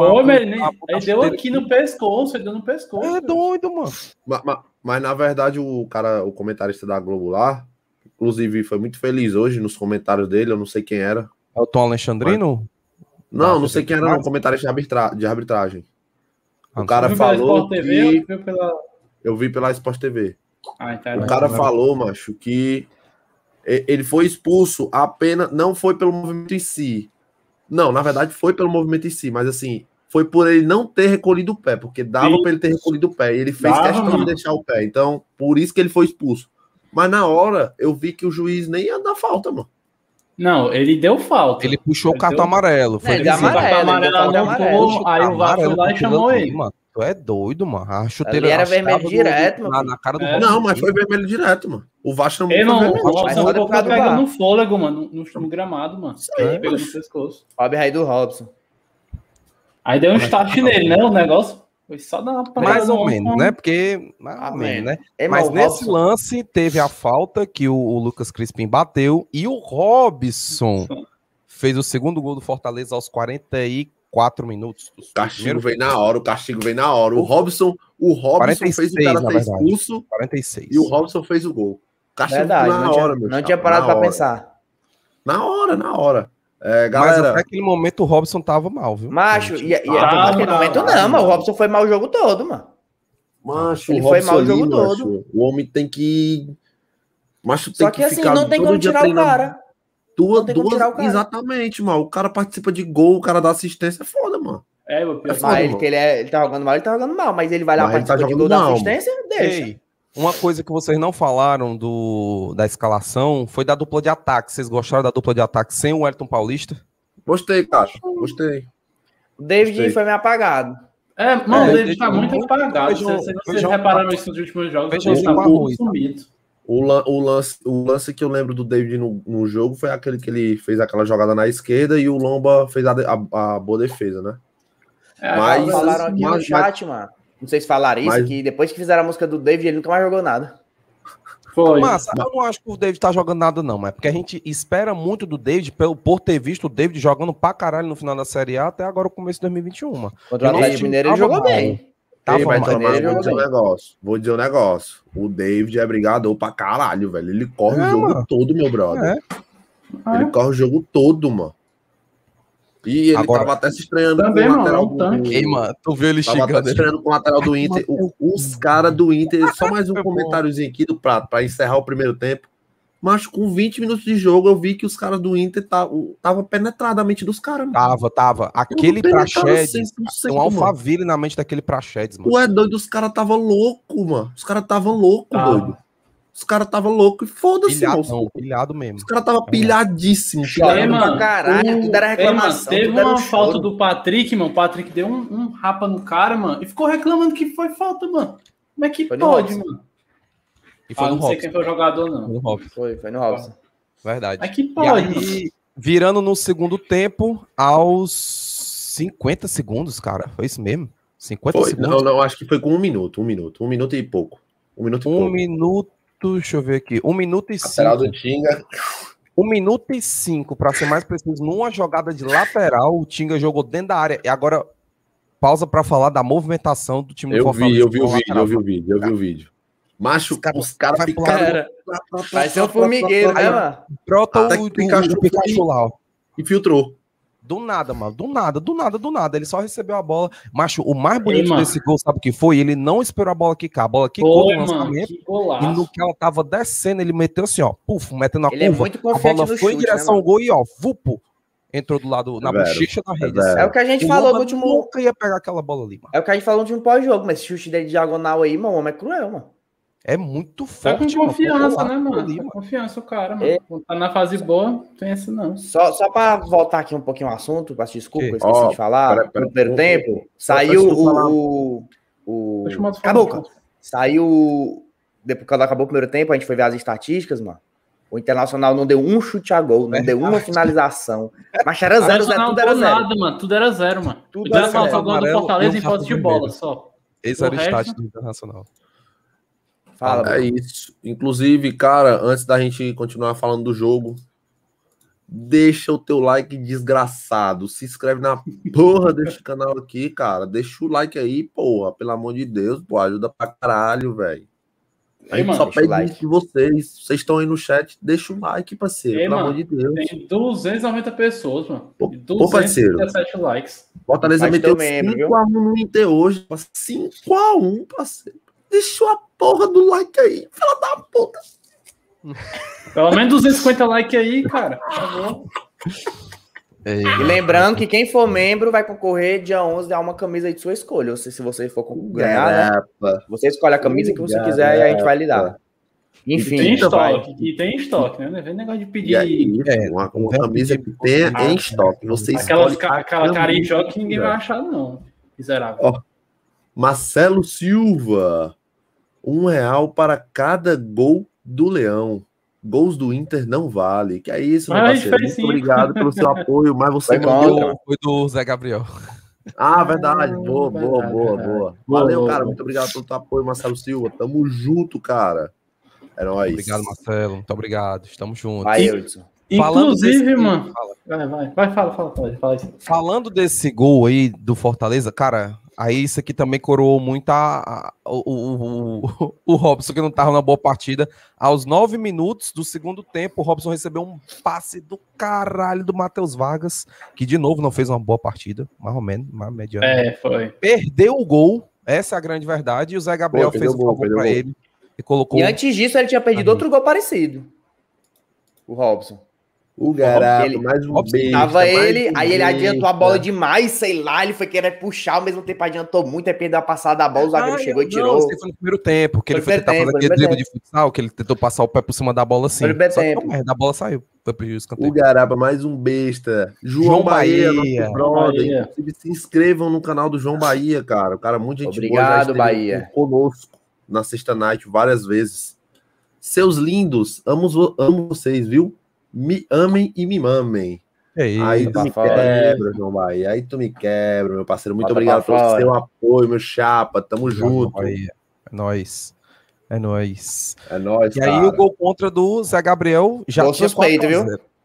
Ele deu aqui no pescoço, ele deu no pescoço. É doido, mano. Mas na verdade, o comentarista da Globo lá, inclusive foi muito feliz hoje nos comentários dele, eu não sei quem era. É o Tom Alexandrino? Não sei quem era, não, comentarista de arbitragem. O cara falou que... Eu vi pela Sport TV. O cara falou, macho, que ele foi expulso apenas, não foi pelo movimento em si. Não, na verdade foi pelo movimento em si, mas assim, foi por ele não ter recolhido o pé, porque dava para ele ter recolhido o pé, e ele fez questão de deixar o pé, então por isso que ele foi expulso. Mas na hora, eu vi que o juiz nem ia dar falta, mano. Não, ele deu falta. Ele puxou o cartão amarelo. Foi ele amarelo, aí o VAR foi lá e chamou ele. Mano. Tu é doido, mano. A chuteira era vermelho direto, mano. Na cara do Não, mas foi vermelho direto, mano. O VAR chamou o cara pegando no fôlego, mano, no gramado, mano. Pegou no pescoço. Rob Rei do Robson. Aí deu um start nele, né, o negócio. Foi só dar uma mais ou menos, né? Porque, mais ou menos, né? Mas nesse lance teve a falta que o Lucas Crispim bateu e o Robson fez o segundo gol do Fortaleza aos 44 4 minutos. O castigo veio na hora, O Robson fez o cara ter expulso 46. e o Robson fez o gol. Castigo verdade, na hora, meu não tinha parado pra pensar. Na hora. Galera... Mas até aquele momento o Robson tava mal, viu? Macho, naquele momento não, mas o Robson foi mal o jogo todo, mano. Macho, ele foi mal o jogo todo. O homem tem que... Macho, só que assim, não tem como tirar o cara. Exatamente, mano. O cara participa de gol, o cara dá assistência, é foda, mano. Ele tá jogando mal, mas ele vai lá participar de gol, dá assistência, deixa. Ei, uma coisa que vocês não falaram da escalação foi da dupla de ataque. Vocês gostaram da dupla de ataque sem o Wellington Paulista? Gostei, Cacho. Gostei. O David foi meio apagado. O David tá muito apagado. Vocês repararam isso nos últimos jogos. Ele tá muito sumido. O lance que eu lembro do David no jogo foi aquele que ele fez aquela jogada na esquerda e o Lomba fez a boa defesa, né? Mas falaram aqui no chat, mano. Não sei se falaram isso, que depois que fizeram a música do David, ele nunca mais jogou nada. Foi. Mas eu não acho que o David tá jogando nada, não. É porque a gente espera muito do David por ter visto o David jogando pra caralho no final da Série A até agora o começo de 2021, mano. Contra o Atlético Mineiro ele jogou bem. Vou dizer um negócio. O David é brigador pra caralho, velho. Ele corre o jogo todo, meu brother. Ele corre o jogo todo, mano. E ele tava até se estranhando também, com o lateral do... Ei, mano, tu viu ele chegando. Tava até se estranhando com o lateral do Inter. Os caras do Inter... Só mais um comentáriozinho aqui do Prato, pra encerrar o primeiro tempo. Mas com 20 minutos de jogo, eu vi que os caras do Inter tava penetradamente dos caras. Tava. Aquele Praxedes, tem um Alphaville na mente daquele Praxedes, mano. Tu é doido, os caras tava louco, mano. Os caras tava louco, doido. Os caras tava louco e foda-se, moço. Pilhado mesmo. Os caras tava pilhadíssimo. Pra caralho, tudo era reclamação. Teve uma falta do Patrick, mano. O Patrick deu um rapa no cara, mano, e ficou reclamando que foi falta, mano. Como é que pode, mano? E foi no não sei quem foi o jogador, não. Foi no Robson. Verdade. Mas que pode, e aí, virando no segundo tempo, aos 50 segundos, cara. Foi isso mesmo? 50 segundos? Não, acho que foi com 1 minuto. 1 minuto e pouco. 1 minuto e pouco. 1 minuto, deixa eu ver aqui. 1 minuto e 5. Lateral do Tinga. 1 minuto e 5, pra ser mais preciso. Numa jogada de lateral, o Tinga jogou dentro da área. E agora, pausa pra falar da movimentação do time do Fortaleza. Eu vi o vídeo. Macho, os caras ficaram... Vai ser um formigueiro, né, mano? Brota o Pikachu lá, ó. Infiltrou. Do nada, mano. Do nada. Ele só recebeu a bola. Macho, o mais bonito desse gol, sabe o que foi? Ele não esperou a bola quicar. A bola quicou no lançamento. E no que ela tava descendo, ele meteu assim, ó. Puf, metendo a curva. A bola foi em direção ao gol e, ó, vupo. Entrou do lado, na bochecha da rede. É o que a gente falou no último... nunca ia pegar aquela bola ali, mano. É o que a gente falou no último pós-jogo, mas esse chute dele de diagonal aí, mano, o homem é cruel, mano. É muito forte, com confiança, né, mano? Com confiança o cara, mano. Quando tá na fase boa, não tem essa não. Só pra voltar aqui um pouquinho ao assunto, peço desculpa, eu esqueci de falar. No primeiro tempo, saiu Acabou. Saiu... Depois que acabou o primeiro tempo, a gente foi ver as estatísticas, mano. O Internacional não deu um chute a gol, não deu uma finalização. Mas era 0, tudo era 0. Nada, mano. Tudo era 0, mano. Tudo era gol do Fortaleza em posse de bola, só. Esse era o estádio do Internacional. Fala, é isso. Inclusive, cara, antes da gente continuar falando do jogo, deixa o teu like desgraçado. Se inscreve na porra desse canal aqui, cara. Deixa o like aí, porra. Pelo amor de Deus, pô. Ajuda pra caralho, velho. A gente só pede like de vocês. Vocês estão aí no chat, deixa o like, parceiro. Pelo amor de Deus. Tem 290 pessoas, mano. Pô, parceiro. 217 likes. Fortaleza meteu 5x1 no Inter hoje. 5x1, parceiro. Deixa a porra do like aí, fila da puta. Pelo menos 250 likes aí, cara. Tá bom. E lembrando que quem for membro vai concorrer dia 11 a uma camisa de sua escolha. Ou se você for ganhar, né? Você escolhe a camisa que você quiser e a gente vai lhe dar. Enfim. Tem estoque, né? Não é negócio de pedir. Uma camisa que tenha em estoque. Você aquela carijó que ninguém vai achar, não. Miserável. Marcelo Silva. R$1 para cada gol do Leão. Gols do Inter não vale. Que é isso, meu parceiro? Muito obrigado pelo seu apoio, mas você mandou... Foi do Zé Gabriel. Ah, verdade. Boa. Valeu, cara. Muito obrigado pelo teu apoio, Marcelo Silva. Tamo junto, cara. É nóis. Obrigado, Marcelo. Muito obrigado. Estamos juntos. Vai, Eudson. Inclusive, mano. Fala isso. Falando desse gol aí do Fortaleza, cara, aí isso aqui também coroou muito o Robson, que não tava na boa partida. Aos 9 minutos do segundo tempo, o Robson recebeu um passe do caralho do Matheus Vargas, que de novo não fez uma boa partida, mais ou menos, mais mediana. Foi. Perdeu o gol, essa é a grande verdade, e o Zé Gabriel fez o favor pra ele e colocou. E antes disso, ele tinha perdido outro gol parecido. O Robson. O Garapa, mais um beijo. Tava ele, aí ele adiantou a bola demais, sei lá, ele foi querer puxar, ao mesmo tempo adiantou muito, aí perdeu a passada da bola, o zagueiro chegou e tirou. Não, foi no primeiro tempo, que ele foi tentar fazer aquele drible de futsal, que ele tentou passar o pé por cima da bola assim. Só que a bola saiu. O Garapa, mais um besta. João Bahia, nosso brother. Inclusive, se inscrevam no canal do João Bahia, cara. O cara, muito gente boa. Obrigado, Bahia. Conosco na Sexta Night várias vezes. Seus lindos, amo vocês, viu? Me amem e me mamem. Aí tu me quebra, João Bahia. Aí tu me quebra, meu parceiro. Muito obrigado pelo seu apoio, meu chapa. Tamo junto. É nóis. É nóis. É nóis, E aí o gol contra do Zé Gabriel já tinha suspeito, viu?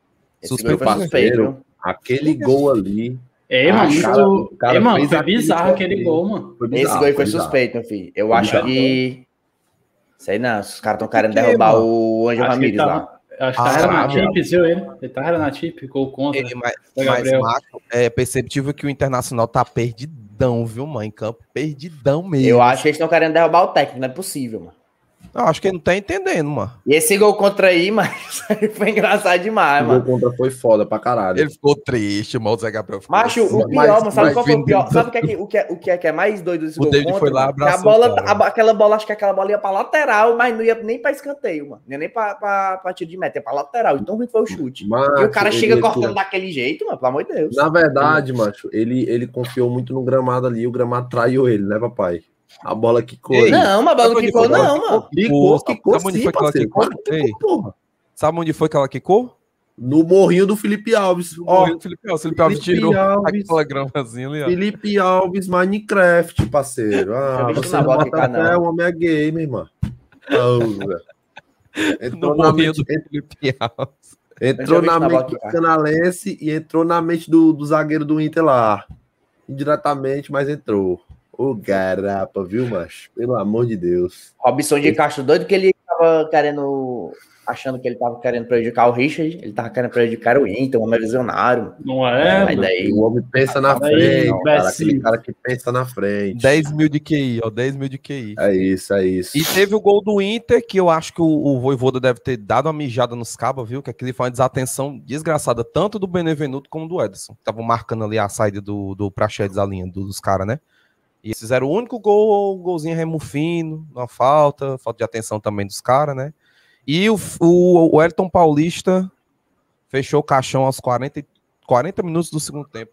Suspeito, viu? Aquele gol ali. Mano, foi bizarro aquele gol, mano. Esse gol foi suspeito, meu filho. Eu acho que... Sei não, os caras estão querendo derrubar o Ângelo Ramírez lá. Acho que tava na tip, viu ele? Ele tava na tip, gol contra. Mas Marco, é perceptível que o Internacional tá perdidão, viu, mano? Em campo, perdidão mesmo. Eu acho que eles estão querendo derrubar o técnico, não é possível, mano. Eu acho que ele não tá entendendo, mano. E esse gol contra aí, mas foi engraçado demais, mano. O gol contra foi foda pra caralho. Ele ficou triste, mano. O Zé Gabriel ficou Macho, o pior, mano, sabe qual foi o pior? Sabe o que é mais doido desse gol contra? O David foi lá, abraçou, aquela bola, acho que aquela bola ia pra lateral, mas não ia nem pra escanteio, mano. Não ia nem pra tiro de meta, ia pra lateral. Então ruim foi o chute. Macho, e o cara chega cortando daquele jeito, mano, pelo amor de Deus. Na verdade, macho, ele confiou muito no gramado ali e o gramado traiu ele, né, papai? A bola quicou. Não, mas a bola não quicou, não, mano. Quicou sim, parceiro. Sabe onde foi que ela quicou? No morrinho do Felipe Alves. Ó, o Felipe Alves tirou aquela gramazinha ali, ó. Felipe Alves, Minecraft, parceiro. Você bota até o homem é gay, minha irmã. Entrou na mente do Felipe Alves. Entrou na mente do canalense e entrou na mente do zagueiro do Inter lá. Indiretamente, mas entrou. Ô, garapa, viu, macho? Pelo amor de Deus. Robson de Castro doido que ele tava querendo... Achando que ele tava querendo prejudicar o Richard. Ele tava querendo prejudicar o Inter, o homem é visionário. Não é? Mas daí o homem pensa na frente, cara. Aquele cara que pensa na frente. 10 mil de QI, ó. 10 mil de QI. É isso, é isso. E teve o gol do Inter, que eu acho que o Vojvoda deve ter dado uma mijada nos cabos, viu? Que aquele foi uma desatenção desgraçada, tanto do Benevenuto como do Ederson. Estavam marcando ali a saída do Praxedes, a linha dos caras, né? E eles fizeram o único gol, o golzinho remufino, uma falta de atenção também dos caras, né? E o Elton Paulista fechou o caixão aos 40 minutos do segundo tempo.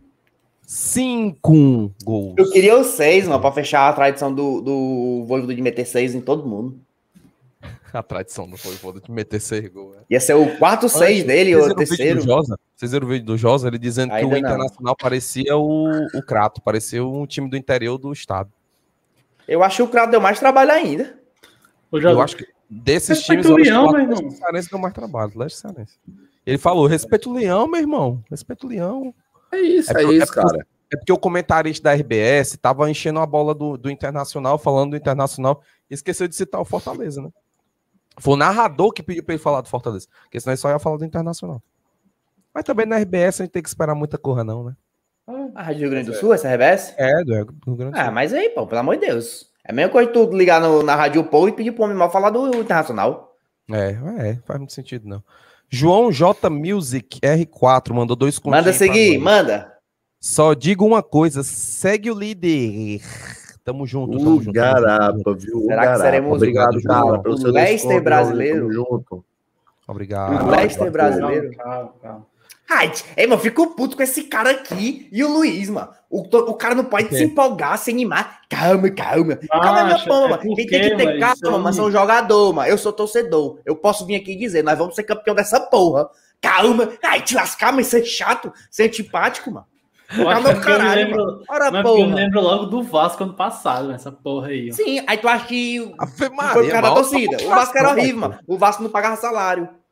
5 gols. Eu queria os 6, mano, pra fechar a tradição do Vojvoda de meter 6 em todo mundo. A tradição do Vojvoda de meter 6 gols. É. Ia ser o 4-6 dele ou o terceiro. Vocês viram o vídeo do Josa? Ele dizendo ainda que o Internacional parecia o Crato, parecia um time do interior do estado. Eu acho que o Crato deu mais trabalho ainda. Eu acho que desses times, o Atlético Cearense deu mais trabalho. Ele falou, respeita o Leão, meu irmão. Respeita o Leão. É isso, cara. É porque o comentarista da RBS tava enchendo a bola do Internacional, falando do Internacional, e esqueceu de citar o Fortaleza, né? Foi o narrador que pediu pra ele falar do Fortaleza, porque senão ele só ia falar do Internacional. Mas também na RBS a gente tem que esperar muita coisa, não, né? A Rádio Rio Grande do Sul, essa RBS? É, do Rio Grande do Sul. Ah, mas aí, pô, pelo amor de Deus. É a mesma coisa que tu ligar na Rádio Pô e pedir pro homem mal falar do Internacional. Faz muito sentido, não. João J Music R4 mandou 2 continhos. Manda seguir, manda. Só digo uma coisa, segue o líder. Tamo junto. Garapa, viu? Será que seremos obrigado, cara, pelo seu Leicester brasileiro? Tamo junto. Obrigado. O Leicester brasileiro. Calma. Ai, mano, eu fico puto com esse cara aqui e o Luiz, mano. O cara não pode se empolgar, se animar. Calma. Calma, minha porra, mano. Quem tem que ter calma, mas sou um jogador, mano. Eu sou torcedor. Eu posso vir aqui e dizer, nós vamos ser campeão dessa porra. Calma. Ai, te lascar, mas ser chato, ser antipático, mano. Calma, caralho, mano. Ora, porra. Eu lembro logo do Vasco ano passado, essa porra aí. Ó. Sim, aí tu acha que foi por causa da torcida. O Vasco era horrível, mano. O Vasco não pagava salário.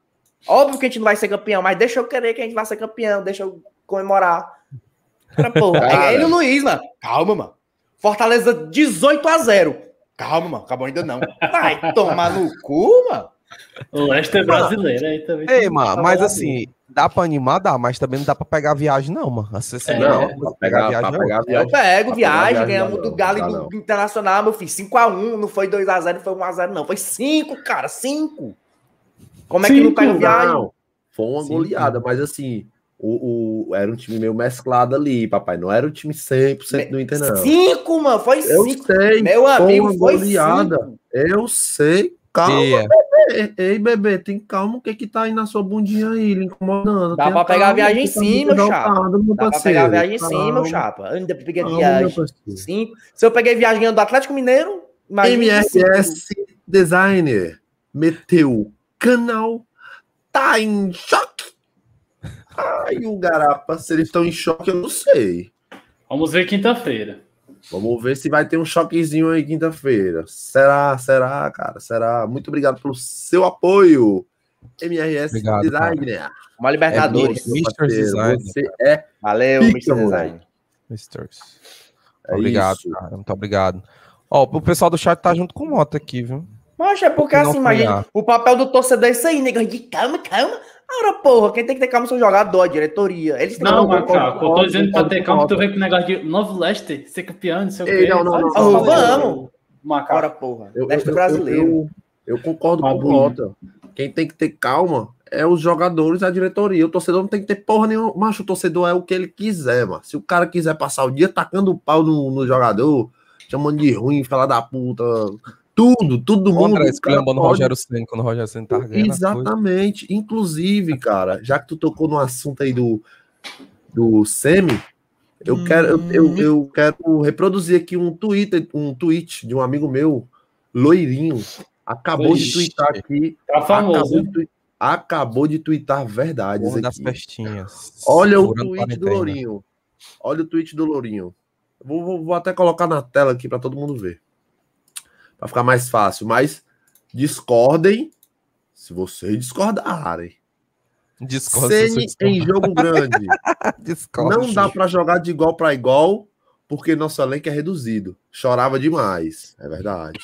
Óbvio que a gente não vai ser campeão, mas deixa eu querer que a gente vai ser campeão, deixa eu comemorar. Cara, porra, Cara. ele e o Luiz, mano. Calma, mano. Fortaleza 18-0. Calma, mano. Acabou ainda não. Vai tomar no cu, mano. O Leicester brasileiro aí também. Ei, mano, mas assim, dá pra animar, dá, mas também não dá pra pegar viagem, não, mano. Assim, Não, pra pra viagem, não. pegar Eu viagem. pego Pra viagem, pegar ganhamos não, do Galo e dá do não. Internacional, meu filho. 5-1, não foi 2-0, não foi 1-0, não. Foi 5, cara, 5. Como é que não pega viagem? Não, foi uma Sim, goleada, mas assim, era um time meio mesclado ali, papai. Não era um time 100% do Inter, não. 5, mano, foi Eu 5. sei, Meu amigo, uma foi goleada. 5. Eu sei. Calma, E, bebê. Ei, bebê, tem calma. O que tá aí na sua bundinha aí, lhe incomodando? Dá Tenha pra pegar a calma, viagem em você tá muito cima, chapa. exaltado, meu Dá pra parceiro. pegar a viagem sim, meu Calma, chapa. Ainda peguei calma, viagem. meu parceiro. 5. Se eu peguei viagem ganhando do Atlético Mineiro, imagina cinco. MRS Designer meteu canal, tá em choque. Ai, o Garapa, se eles estão em choque, eu não sei. Vamos ver quinta-feira. Vamos ver se vai ter um choquezinho aí quinta-feira. Será, cara? Será? Muito obrigado pelo seu apoio, MRS Obrigado, Designer. Uma Libertadores. Mr. Parceiro, Designer. você é Valeu, Pica, Mr. moleque. Design. Misters. É Obrigado, isso. cara. Muito obrigado. Ó, o pessoal do chat tá junto com o Mota aqui, viu? Mas é porque Não assim, imagina, apanhar. o papel do torcedor é isso aí, negão, de calma. Ora, porra, quem tem que ter calma são o jogador, a diretoria. Eles têm Não, que ter Macaco, eu tô dizendo pra ter calma que tu concordo. vem com o negócio de novo Leicester, ser campeão, não sei o Ei, quê. não, não, Sabe? não, não, Só vamos. Macaco. Ora, porra. Eu Deste brasileiro. concordo com o Fabinho. Mota. Quem tem que ter calma é os jogadores, a diretoria. O torcedor não tem que ter porra nenhuma. Macho, o torcedor é o que ele quiser, mano. Se o cara quiser passar o dia tacando o pau no jogador, chamando de ruim, falar da puta, tudo do mundo. Contra o esse cara no pode. Rogério Ceni, quando o Rogério Ceni tá ganhando as coisas. Exatamente. Inclusive, cara, já que tu tocou no assunto aí do Semi, eu quero reproduzir aqui um tweet de um amigo meu, loirinho. Acabou de Ixi. twittar aqui. Tá famoso. Acabou de twittar verdades Porra das aqui. festinhas. Olha o Furando tweet do quarentena. Lourinho. Olha o tweet do Lourinho. Vou até colocar na tela aqui para todo mundo ver. Para ficar mais fácil. Mas discordem se vocês discordarem. Discorda, Ceni em jogo grande. Discorda. Não dá para jogar de igual para igual porque nosso elenco é reduzido. Chorava demais. É verdade.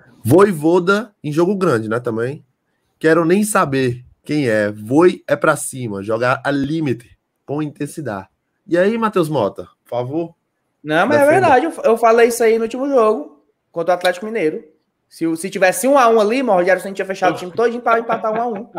Voivoda em jogo grande, né, também? Quero nem saber quem é. Voi é pra cima, jogar a limite, com intensidade. E aí, Matheus Mota, por favor? Não, mas Defenda. é verdade. Eu falei isso aí no último jogo contra o Atlético Mineiro. Se tivesse 1-1 ali, o Rogério Ceni tinha fechado o time todinho para empatar 1-1.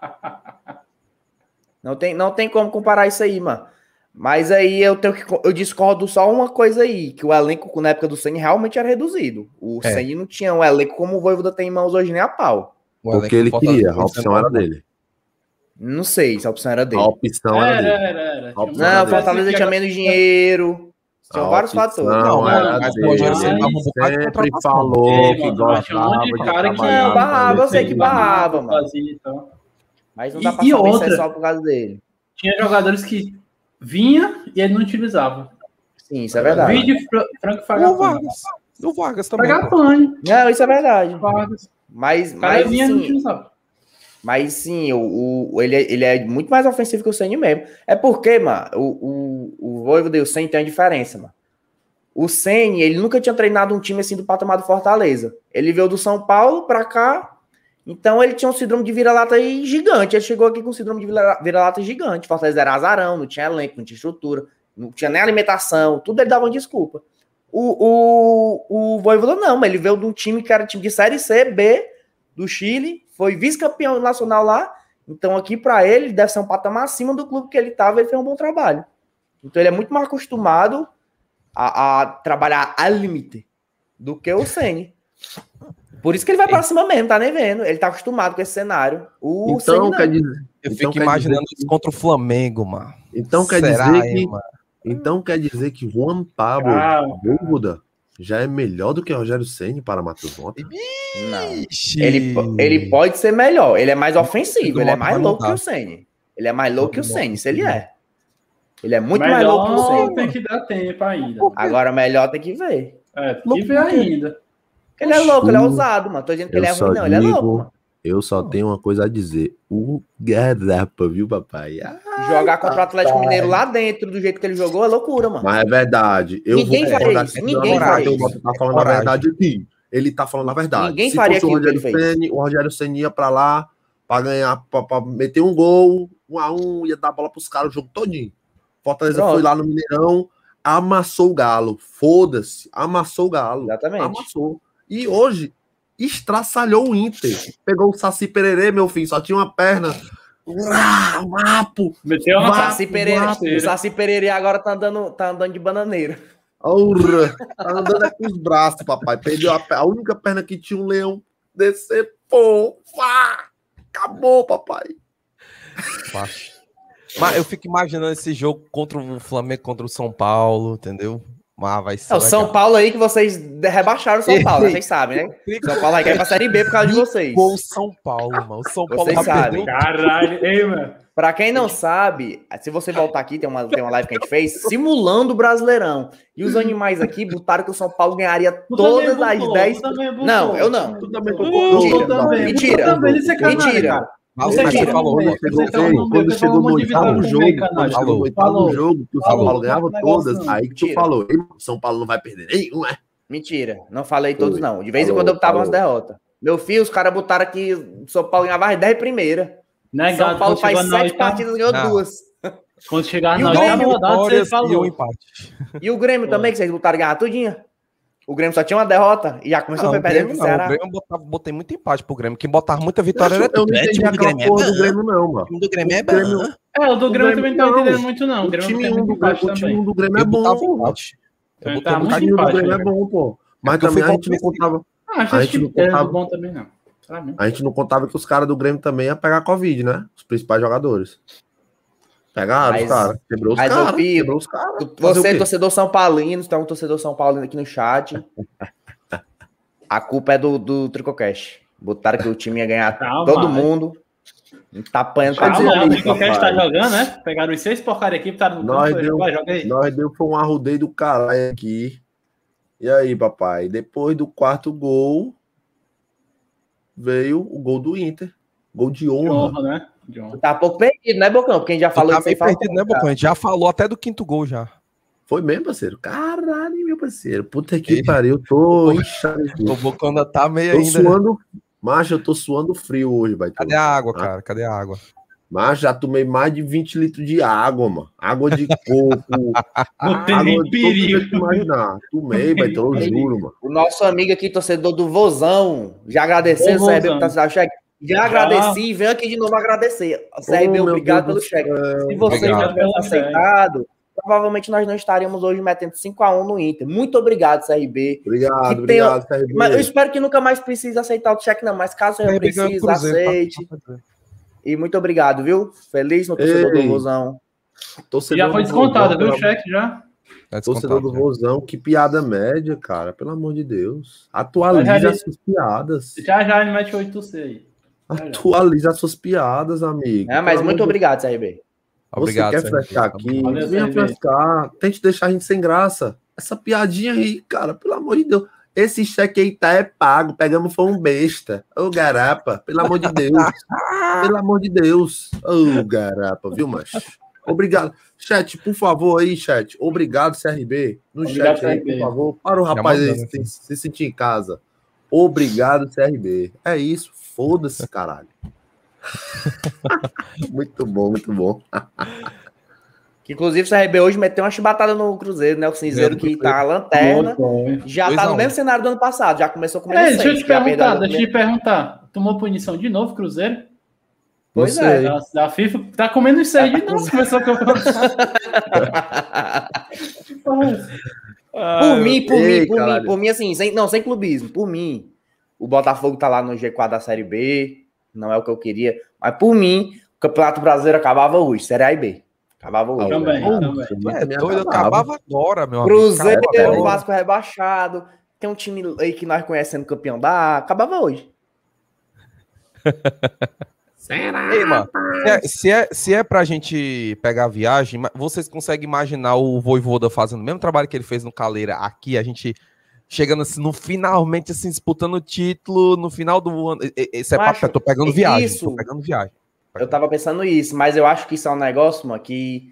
Não tem como comparar isso aí, mano. Mas aí eu discordo só uma coisa aí, que o elenco na época do Ceni realmente era reduzido. O Ceni não tinha um elenco como o Voivoda tem em mãos hoje nem a pau. Porque ele queria, a opção era dele. Não sei se a opção era dele. A opção era dele. Era. A opção Não, era o Fortaleza tinha menos dinheiro. Tinha vários fatores. Não, era mas o dele. Rogério Ceni dava um bocado de Sempre contratação. falou Ei, que mano, mas tinha um monte de gostava de cara que- trabalhar. Não, barrava, eu sei que Sim. barrava, mano. Fazia, então. Mas não dá pra E saber se outra? é só por causa dele. Tinha jogadores que vinha e ele não utilizava. Sim, isso é verdade. Vídeo Franco O Fagapane. Vargas. O Vargas também. pô. Fagapane. Não, isso é verdade. Vargas. Mas O cara vinha e não sim, utilizava. mas sim, ele é muito mais ofensivo que o Ceni mesmo. É porque, mano, o Voivoda e o Ceni tem uma diferença, mano. O Ceni, ele nunca tinha treinado um time assim do patamar do Fortaleza. Ele veio do São Paulo pra cá, então ele tinha um síndrome de vira-lata aí gigante. Ele chegou aqui com um síndrome de vira-lata gigante. Fortaleza era azarão, não tinha elenco, não tinha estrutura, não tinha nem alimentação, tudo ele dava uma desculpa. O Voivoda não, mas ele veio de um time que era time de Série C, B, do Chile, foi vice-campeão nacional lá, então aqui pra ele deve ser um patamar acima do clube que ele tava, ele fez um bom trabalho. Então ele é muito mais acostumado a trabalhar a limite do que o Ceni. Por isso que ele vai pra cima mesmo, tá nem vendo. Ele tá acostumado com esse cenário. O Ceni Então não. quer dizer, Eu então fico quer imaginando dizer isso contra o Flamengo, mano. então quer Será, dizer hein, que mano? então quer dizer que Juan Pablo Calma. Voivoda já é melhor do que Rogério Ceni para Matheus Mota? Não. Ixi. Ele pode ser melhor. Ele é mais ofensivo. Ele é mais vai louco que mudar. o Ceni. Ele é mais louco que o Ceni. Isso ele é. Ele é muito mais louco que o Melhor Ceni. tem que dar tempo ainda. Agora melhor tem que ver. É, tem que ver ainda. Ele é louco, ele é Isso, ousado, mano. Tô dizendo que ele é Eu só ruim, não. Ele é louco, digo, mano. Eu só tenho uma coisa a dizer. O garapa, viu, papai? Jogar contra o Atlético Mineiro lá dentro, do jeito que ele jogou, é loucura, mano. Mas é verdade. Ninguém faria isso. Ninguém faria isso. Ele tá falando a verdade aqui. Ele tá falando a verdade. Ninguém faria aquilo que ele fez. O Rogério Ceni ia pra lá pra ganhar, pra meter um gol, 1-1, ia dar a bola pros caras o jogo todinho. Fortaleza foi lá no Mineirão, amassou o Galo. Foda-se. Amassou o Galo. Exatamente. Amassou. E hoje, estraçalhou o Inter. Pegou o Saci Pererê, meu filho, só tinha uma perna. Vapo. Meteu uma O Saci Pereira agora tá andando de bananeira. Aura. Tá andando com os braços, papai. Perdeu a única perna que tinha um leão. Decepou. Acabou, papai. Mas eu fico imaginando esse jogo contra o Flamengo, contra o São Paulo, entendeu? Mas vai ser o São Paulo aí que vocês rebaixaram o São Paulo, vocês sabem, né? São Paulo aí quer ir pra Série B por causa de vocês. O São Paulo, mano. O São Paulo vocês sabem. Caralho, ei, mano. Pra quem não sabe, se você voltar aqui, tem uma live que a gente fez simulando o Brasileirão. E os animais aqui botaram que o São Paulo ganharia todas as 10. Não, eu não. Tu também Mentira. Mentira. Você falou, quando chegou no oitavo jogo, que o São Paulo ganhava todas, aí que tu falou, São Paulo não vai perder nenhum, é? Mentira, não falei todos não. De vez em quando eu botava umas derrotas. Meu filho, os caras botaram que o São Paulo ganhava as 10 primeiras. São Paulo faz 7 partidas e ganhou 2. Quando chegar na oitava rodada, você falou. E o Grêmio também, que vocês botaram ganhar tudinha? O Grêmio só tinha uma derrota e já começou a perder pro Ceará. O Grêmio botei muito empate pro Grêmio. Quem botava muita vitória era eu não entendi a porra do Grêmio, não, mano. O time do Grêmio é bom. O do Grêmio também não tá entendendo muito, não. O time do Grêmio é bom. O time do Grêmio é bom, pô. Mas também a gente não contava. A gente não contava bom também, não. A gente não contava que os caras do Grêmio também iam pegar Covid, né? Os principais jogadores. Pegaram os caras. Quebrou os caras. Você é torcedor São Paulino, você é um torcedor São Paulino aqui no chat. A culpa é do Tricocast. Botaram que o time ia ganhar todo mundo. Tá apanhando pra dizer. O Tricocast tá jogando, né? Pegaram os 6 porcaria aqui, botaram no campo. Nós deu foi um arrudeio do caralho aqui. E aí, papai? Depois do quarto gol, veio o gol do Inter. Gol de honra. Né? Tá um pouco perdido, né, Bocão? Porque a gente já falou isso aí. Tá perdido, né, Bocão? A gente já falou até do 5º gol já. Foi mesmo, parceiro? Caralho, meu parceiro. Puta que pariu, tô inchado. O Bocão ainda tá meio tô ainda. Suando, macho, eu tô suando frio hoje, vai. Cadê a água, cara? Cadê a água? Mas já tomei mais de 20 litros de água, mano. Água de coco. Não tem nem perigo. Imaginar. Tomei, vai, então eu juro, mano. O nosso amigo aqui, torcedor do Vozão, já agradeceu o CRB por estar cidade cheque. Já agradeci e venho aqui de novo agradecer. CRB, obrigado pelo cheque. Se você já tivesse aceitado, provavelmente nós não estaríamos hoje metendo 5-1 no Inter. Muito obrigado, CRB. Obrigado, CRB. Mas eu espero que nunca mais precise aceitar o cheque, não. Mas caso eu precise, aceite. E muito obrigado, viu? Feliz no torcedor do Vozão. Já foi descontado, viu? O cheque já. Torcedor do Vozão, que piada média, cara. Pelo amor de Deus. Atualize as suas piadas. Já ele mete 8C aí. Atualize as suas piadas, amigo. Mas muito obrigado, CRB. Obrigado, você quer frescar aqui? Venha frescar. Tente deixar a gente sem graça. Essa piadinha aí, cara, pelo amor de Deus. Esse cheque aí tá pago. Pegamos foi um besta. Ô, garapa, pelo amor de Deus. Pelo amor de Deus. Ô, garapa, viu, macho? Obrigado. Chat, por favor, aí, chat. Obrigado, CRB. No obrigado, chat aí, por favor. Para o rapaz aí se sentir em casa. Obrigado, CRB. É isso. Foda-se, caralho. Muito bom, muito bom. Que, inclusive, o CRB hoje meteu uma chibatada no Cruzeiro, né? O Cinzeiro que tá a lanterna. Já tá no mesmo cenário do ano passado. Já começou com menos 6. Deixa eu te perguntar. Tomou punição de novo, Cruzeiro? Pois é. A FIFA tá com menos 6 de novo. Começou com Por mim, assim, sem clubismo. Por mim, o Botafogo tá lá no G4 da Série B. Não é o que eu queria. Mas, por mim, o Campeonato Brasileiro acabava hoje. Série A e B. Acabava hoje. Também. Acabava agora, meu amigo. Cruzeiro, Vasco rebaixado. Tem um time aí que nós conhecemos campeão da... Acabava hoje. Será? Ei, mano, se é pra gente pegar a viagem, vocês conseguem imaginar o Vojvoda fazendo o mesmo trabalho que ele fez no Caleira aqui, a gente chegando assim, finalmente, assim, disputando o título no final do ano. Esse é Macho, papo, tô pegando viagem. isso. Tô pegando viagem. Eu tava pensando isso, mas eu acho que isso é um negócio, mano, que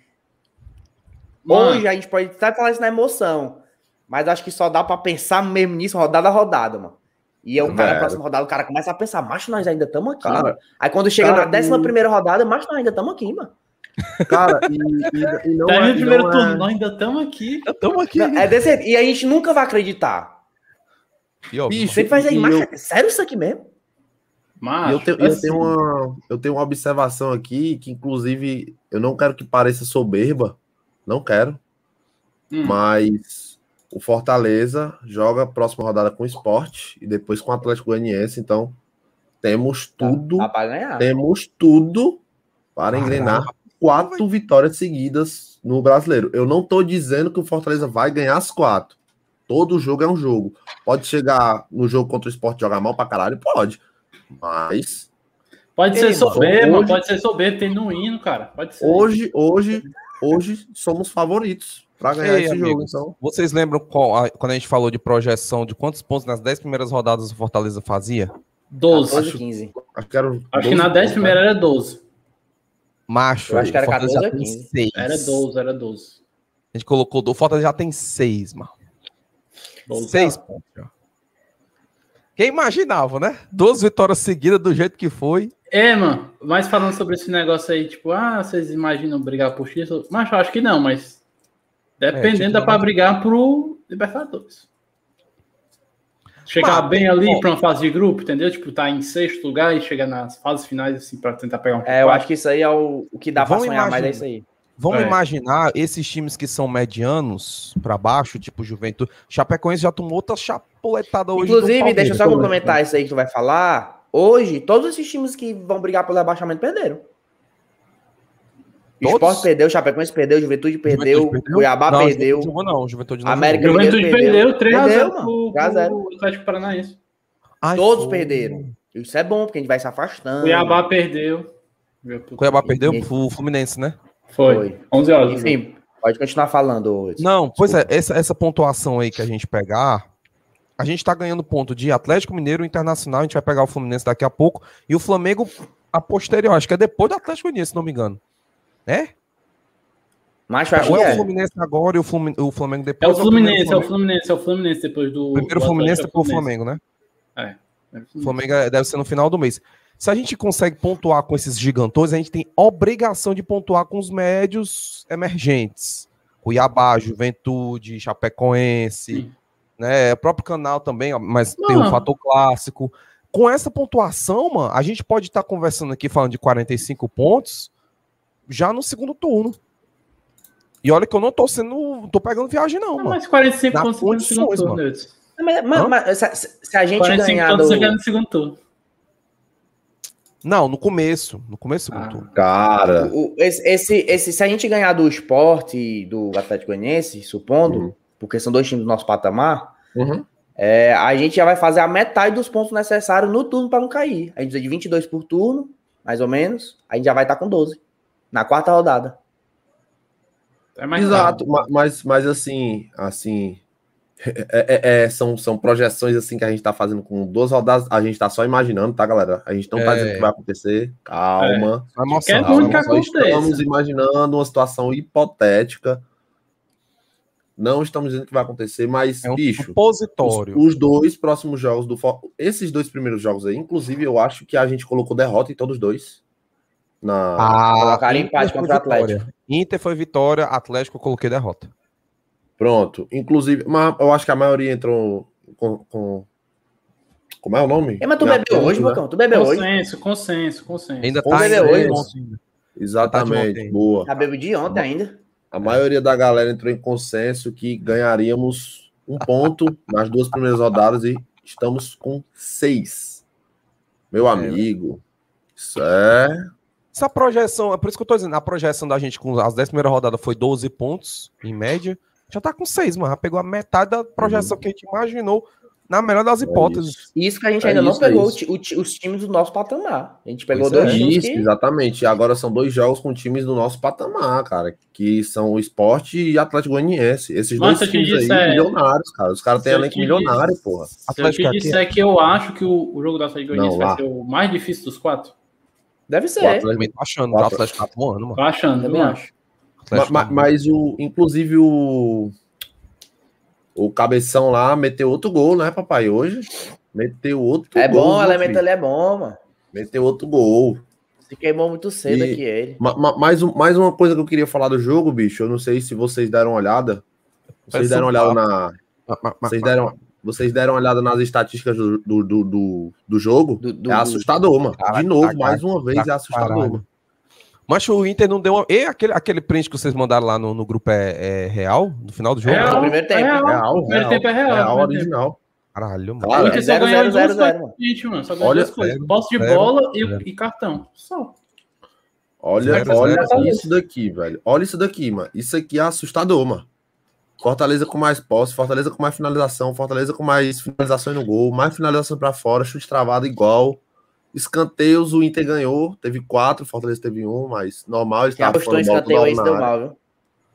hoje a gente pode até falar isso na emoção, mas acho que só dá pra pensar mesmo nisso rodada a rodada, mano. E aí o cara, na próxima rodada, o cara começa a pensar, macho, nós ainda estamos aqui, mano. Aí quando chega na 11ª rodada, macho, nós ainda estamos aqui, mano. Cara, e não Tá é... no primeiro não turno, é... nós ainda estamos aqui. Estamos aqui. É desse jeito. E a gente nunca vai acreditar. Bicho, Sempre faz aí, e macho, eu- é sério isso aqui mesmo? Mas, eu tenho uma observação aqui, que inclusive eu não quero que pareça soberba, não quero, mas o Fortaleza joga a próxima rodada com o Sport e depois com o Atlético Goianiense, então temos tudo, Dá pra ganhar. temos tudo para engrenar 4 vitórias seguidas no Brasileiro. Eu não tô dizendo que o Fortaleza vai ganhar as 4. Todo jogo é um jogo. Pode chegar no jogo contra o Sport e jogar mal pra caralho? Pode. Mas pode ser Ei, mano, soberbo, hoje- pode ser soberbo, tem no hino, cara. Pode ser. hoje somos favoritos para ganhar Ei, esse jogo. amigos, Então, vocês lembram quando a gente falou de projeção de quantos pontos nas 10 primeiras rodadas o Fortaleza fazia? 12. 14, 15. acho que, era Acho que na 10 pontos, primeira né? era 12. Macho, Eu acho que era o Fortaleza 14 já ou tem 15. 6. Era 12. A gente colocou, o Fortaleza já tem 6, mano. 12. 6 pontos. Já. Quem imaginava, né? 12 vitórias seguidas do jeito que foi. Mano, mas falando sobre esse negócio aí, tipo, vocês imaginam brigar por título? Mas eu acho que não, mas dependendo, tipo, dá pra brigar pro Libertadores. Chegar Mas, bem ali ó, pra uma fase de grupo, entendeu? Tipo, tá em 6º lugar e chegar nas fases finais, assim, pra tentar pegar um Eu acho que isso aí é o que dá pra Vamos sonhar mais, imaginar. é isso aí. Vamos É. imaginar esses times que são medianos pra baixo, tipo Juventude. Chapecoense já tomou outra chapuletada hoje. do Inclusive, Palmeiras. deixa eu só complementar isso aí que tu vai falar. Hoje, todos esses times que vão brigar pelo rebaixamento perderam. O Todos? Sport perdeu, o Chapecoense perdeu, o Juventude perdeu, Juventude o Cuiabá não, perdeu. Juventude jogou não, Juventude não América jogou. Juventude perdeu 3x0 Perdeu, mano. 3x0. pro Atlético Paranaense. Ai, Todos foi. perderam. Isso é bom, porque a gente vai se afastando. Cuiabá perdeu. Cuiabá perdeu pro Fluminense, né? Foi. 11 horas. Enfim, pode continuar falando. Hudson. Não, pois é, essa pontuação aí que a gente pegar, a gente tá ganhando ponto de Atlético Mineiro, Internacional, a gente vai pegar o Fluminense daqui a pouco, e o Flamengo a posterior, acho que é depois do Atlético Mineiro, se não me engano. É? Mas eu acho Ou que é o é. Fluminense agora e o Flamengo É depois? o Fluminense, é o Fluminense depois do. Primeiro o do Fluminense, Atlético, depois o Fluminense. Flamengo, né? É. O Flamengo deve ser no final do mês. Se a gente consegue pontuar com esses gigantões, a gente tem obrigação de pontuar com os médios emergentes. Cuiabá, Juventude, Chapecoense, Sim. né? O próprio Canal também, ó, mas tem um fator clássico. Com essa pontuação, mano, a gente pode estar conversando aqui falando de 45 pontos já no segundo turno. E olha que eu não tô pegando viagem não, mano. Mas 45 Dá pontos no segundo condições, turno, mano. Edson. Mas se a gente 45 ganhar pontos do... você ganha no segundo turno. Não, no começo do segundo turno. cara, Se a gente ganhar do Sport e do Atlético Goianiense, supondo, porque são dois times do nosso patamar, a gente já vai fazer a metade dos pontos necessários no turno para não cair. A gente precisa de 22 por turno, mais ou menos. A gente já vai estar com 12 na 4ª rodada. É mais exato, mas assim, são projeções assim que a gente tá fazendo com 2 rodadas, a gente tá só imaginando, tá, galera? A gente não tá dizendo o que vai acontecer, calma. Emoção, É muito que Só estamos aconteça. imaginando uma situação hipotética. Não estamos dizendo que vai acontecer, mas, É um bicho, supositório. os 2 próximos jogos esses 2 primeiros jogos aí, inclusive, eu acho que a gente colocou derrota em todos os 2. Colocaram empate Inter contra o foi Atlético. vitória. Inter foi vitória, Atlético eu coloquei derrota. Pronto. Inclusive, mas eu acho que a maioria entrou com... Como é o nome? Mas tu bebeu hoje, Bocão? Tu bebeu hoje? Consenso. Ainda Com tá bebê hoje, Exatamente, Tá de boa. Já bebo de ontem ainda. A maioria da galera entrou em consenso que ganharíamos 1 ponto nas 2 primeiras rodadas e estamos com 6. Meu amigo, isso é... Essa projeção, é por isso que eu tô dizendo, a projeção da gente com as 10 primeiras rodadas foi 12 pontos, em média. Já tá com 6, mano. Já pegou a metade da projeção que a gente imaginou Na melhor das hipóteses. Isso que a gente É ainda não isso, pegou é os times do nosso patamar. A gente pegou Pois dois times Isso, que... exatamente. Agora são 2 jogos com times do nosso patamar, cara, que são o Sport e Atlético Goianiense. Esses Mas dois se eu te times aí, disser- milionários, cara. Os caras têm se eu elenco te milionário, porra. Se eu Atlético te aqui? disser que eu acho que o jogo da Atlético Goianiense Não, vai lá. ser o mais difícil dos 4, Deve O ser. Atlético- Também tô achando. O Quatro. Atlético tá voando, mano. tô achando, Também viu? acho. O Atlético tá Mas inclusive o Cabeção lá meteu outro gol, né, papai? Hoje meteu outro É gol. bom, o meu elemento filho. ali é bom, mano. Meteu outro gol. Se queimou muito cedo E- aqui ele. Mais uma coisa que eu queria falar do jogo, bicho. Eu não sei se vocês deram uma olhada. Vocês deram uma olhada na. Vocês deram uma olhada nas estatísticas do jogo? É assustador, mano. Caralho, De novo, tá mais uma vez, é assustador, caralho. mano. Mas o Inter não deu uma. E aquele print que vocês mandaram lá no grupo é real? No final do jogo? Real. No primeiro tempo. Real, O primeiro tempo é real. real o primeiro tempo. original. Caralho, mano. Cara, O Inter só 0, ganhou 0, duas 0, coisas, gente, mano. Só ganhou Olha, duas coisas. zero, Posse de zero, bola zero. e cartão. Só. Olha, 0-0. olha isso daqui, velho. Olha isso daqui, mano. Isso aqui é assustador, mano. Fortaleza com mais posse, Fortaleza com mais finalização, Fortaleza com mais finalizações no gol, mais finalização pra fora, chute travado igual. Escanteios, o Inter ganhou, teve 4, Fortaleza teve 1, mas normal, eles Quem estavam apostou em fora escanteio aí se na deu área. mal, viu?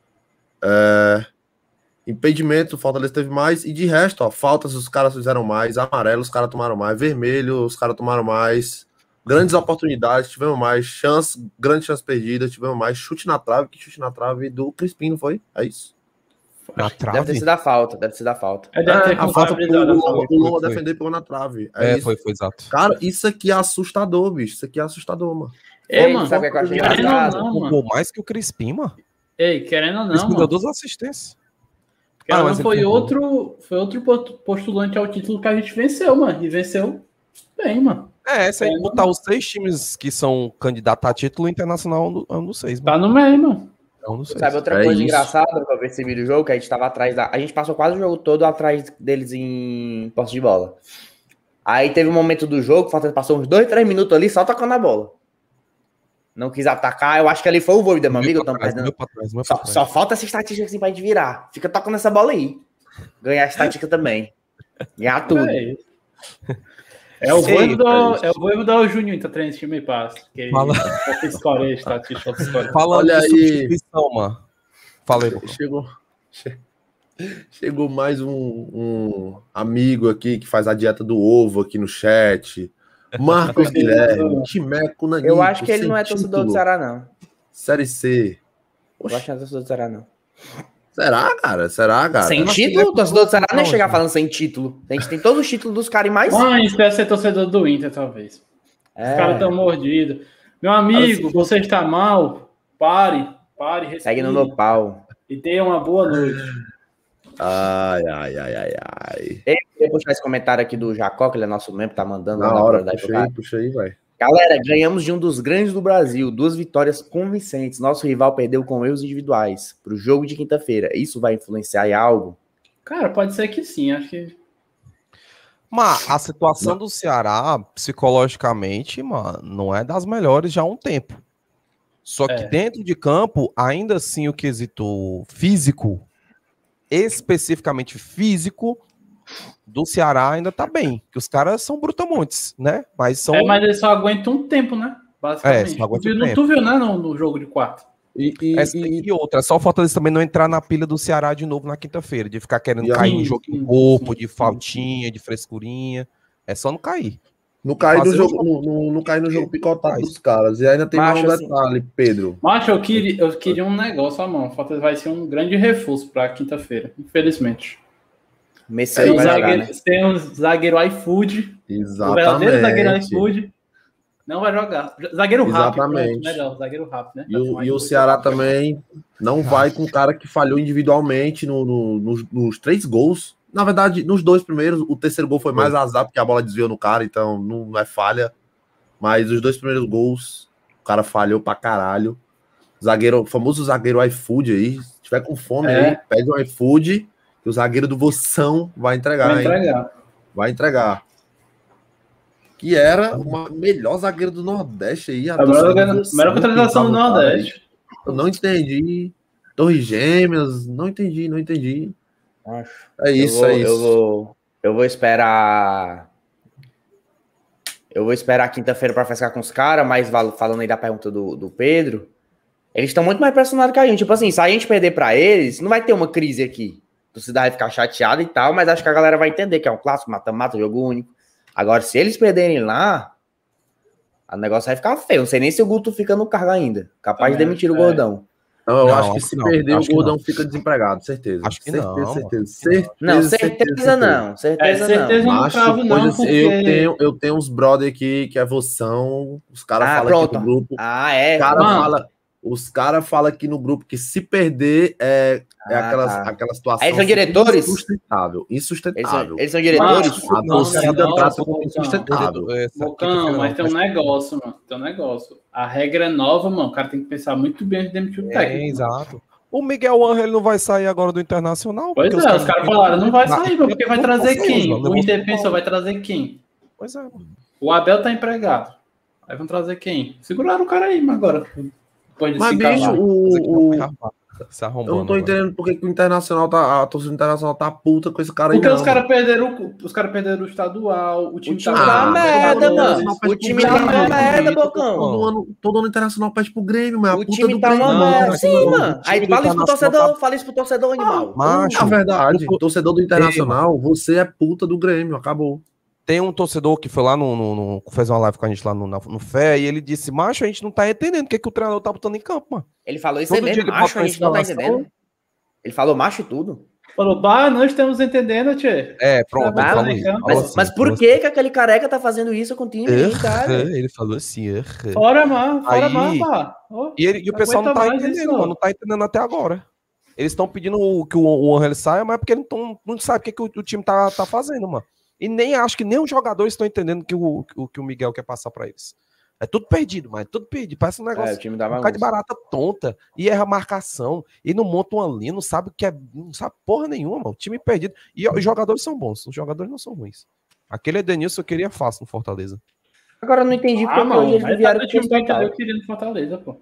Impedimento, o Fortaleza teve mais, e de resto, ó, faltas os caras fizeram mais, amarelo os caras tomaram mais, vermelho os caras tomaram mais, grandes oportunidades, tivemos mais, grande chance perdida, tivemos mais, chute na trave do Crispim, não foi? É isso? Na Deve ter trave? sido a falta, deve ter sido a falta. É, deve ter A falta contabilizado a falta. o Lula foi. defender pegou na trave. É, isso. foi exato. Cara, isso aqui é assustador, bicho. Isso aqui é assustador, mano. Ei, Ei, mano. sabe o que eu achei Querendo ou engraçado? não, Jogou mano. mais que o Crispim, mano. Ei, querendo ou O não, Crispim deu mano. 2 assistências. Querendo ou mas não, ele foi outro postulante ao título que a gente venceu, mano. E venceu bem, mano. Se aí botar os 6 times que são candidatos a título internacional, é um dos 6, Tá mano. no meio, mano. É um dos 6. Sabe outra É coisa isso. engraçada que eu percebi do jogo? Que a gente tava atrás da. A gente passou quase o jogo todo atrás deles em posse de bola. Aí teve um momento do jogo, que o Fortaleza passou uns 2, 3 minutos ali só tocando a bola. Não quis atacar. Eu acho que ali foi o Voivoda, meu amigo. Só falta essa estatística assim pra gente virar. Fica tocando essa bola aí. Ganhar a estatística também. Ganhar tudo. É o Ei, Voivoda ou o Juninho tá treinando esse time aí, passa. Que Fala. escolhe, estatística, escolhe. Falando Olha de aí. substituição, mano. Fala aí, Boca. Chegou mais um amigo aqui que faz a dieta do ovo aqui no chat. Marcos Guilherme, Timeco Nanico. Eu acho que ele sem não é torcedor do título. Ceará, não. Série C. Eu acho que não é torcedor do Ceará, não. Será, cara? Será, cara? Sem acho que ele título? é O torcedor do Ceará não ia não, chegar gente. falando sem título. A gente tem todos os títulos dos caras e mais. Mas deve ser torcedor do Inter, talvez. Os caras estão mordidos. Meu amigo, você está mal? Pare, respire. Segue no meu pau. E tenha uma boa noite. Ai. Eu queria puxar esse comentário aqui do Jacó, que ele é nosso membro, tá mandando. Na lá hora, pra- puxa aí, vai. Galera, ganhamos de um dos grandes do Brasil, 2 vitórias convincentes. Nosso rival perdeu com erros individuais pro jogo de quinta-feira. Isso vai influenciar em algo? Cara, pode ser que sim. Acho que Mas a situação do Ceará, psicologicamente, mano, não é das melhores já há um tempo. Só que dentro de campo, ainda assim, o quesito físico, especificamente físico, do Ceará ainda tá bem. Que os caras são brutamontes, né? Mas são... mas ele só aguenta um tempo, né? Basicamente. só aguenta um Não tempo. tu viu, né? No jogo de quarta. E outra, é só o Fortaleza também não entrar na pilha do Ceará de novo na quinta-feira, de ficar querendo E cair aí? em jogo de corpo, de faltinha, de frescurinha. É só não cair. Não cai no Fazer jogo, um não cai no jogo picotado Faz. dos caras. E ainda tem mais um Macho, assim- detalhe, Pedro. Mas eu queria um negócio à mão. O Fortaleza vai ser um grande reforço pra quinta-feira, infelizmente. Messi Tem vai jogar, né? tem um zagueiro iFood. O verdadeiro zagueiro iFood não vai jogar. Zagueiro rápido, Exatamente. pronto, melhor. Zagueiro rápido, né? E o Ceará também não vai com o cara que falhou individualmente nos 3 gols. Na verdade, nos 2 primeiros, o terceiro gol foi mais azar, porque a bola desviou no cara, então não é falha. Mas os 2 primeiros gols, o cara falhou pra caralho. O famoso zagueiro iFood aí. Se tiver com fome aí, pede um iFood, que o zagueiro do Voção vai entregar, Vai hein? entregar. Vai entregar. Que era uma melhor zagueiro do Nordeste aí. A melhor contratação do Nordeste. Eu não entendi. Torres Gêmeas, não entendi. Acho. É isso, é isso. Eu vou esperar quinta-feira para fechar com os caras, mas falando aí da pergunta do Pedro, eles estão muito mais pressionados que a gente. Tipo assim, se a gente perder para eles, não vai ter uma crise aqui. A torcida vai ficar chateada e tal, mas acho que a galera vai entender que é um clássico, mata-mata, jogo único. Agora, se eles perderem lá, o negócio vai ficar feio. Não sei nem se o Guto fica no cargo ainda. Capaz de demitir o Gordão. Não, eu Não, acho que se perder, o Gordão não. fica desempregado, certeza. Acho que certeza, não, certeza. Não, certeza não. Certeza não Macho, cravo não, coisas- porque... eu tenho uns brother aqui que é voção, os caras falam pronto. aqui no grupo. É. Os caras falam aqui no grupo que se perder aquela situação Aí eles são diretores? insustentável. Eles são diretores? A torcida trata como insustentável. Bocão, mas tem um negócio, mano. Tem um negócio. A regra é nova, mano. O cara tem que pensar muito bem antes de demitir o técnico. Exato. O Miguel Angel ele não vai sair agora do Internacional? Pois é, os caras falaram, não vai sair, mano, porque vai trazer quem? Mano, O Indefensor vai trazer quem? Pois é, mano. O Abel tá empregado. Aí vão trazer quem? Seguraram o cara aí, mas agora. Depois de Mas, se bicho, calar. Se arrombando, eu não tô agora. entendendo porque que o Internacional a torcida internacional tá puta com esse cara aí. Porque não, os caras perderam o estadual, o time tá uma merda, mano. O time tá uma merda, Bocão. Todo ano o Internacional perde pro Grêmio, mas O time tá uma merda. Sim, mano. Aí fala isso pro torcedor, animal. Na verdade, torcedor do Internacional, você é puta do Grêmio, acabou. Tem um torcedor que foi lá fez uma live com a gente lá no Fé, e ele disse, macho, a gente não tá entendendo o que o treinador tá botando em campo, mano. Ele falou isso aí mesmo, macho, a gente não tá entendendo. Ele falou macho e tudo. Falou, não estamos entendendo, tchê. Pronto, Tá, falou né, isso. cara? Falou assim, Mas por que aquele careca tá fazendo isso com o time, cara? Ele falou assim, Fora, mano, Aí- pá. E o pessoal não tá entendendo, mano, não tá entendendo até agora. Eles estão pedindo que o Angel saia, mas é porque não sabe o que o time tá fazendo, mano. E nem acho que nem os jogadores estão entendendo que o Miguel quer passar pra eles. É tudo perdido, mas é tudo perdido. Parece um negócio O time dá um cara de barata tonta. E erra a marcação. E não monta uma linha, não sabe o que é. Não sabe porra nenhuma, mano. O time perdido. E os jogadores são bons. Os jogadores não são ruins. Aquele Edenilson eu queria fácil no Fortaleza. Agora eu não entendi porque hoje eles vieram o com time vai total. entender o que queria no Fortaleza, pô.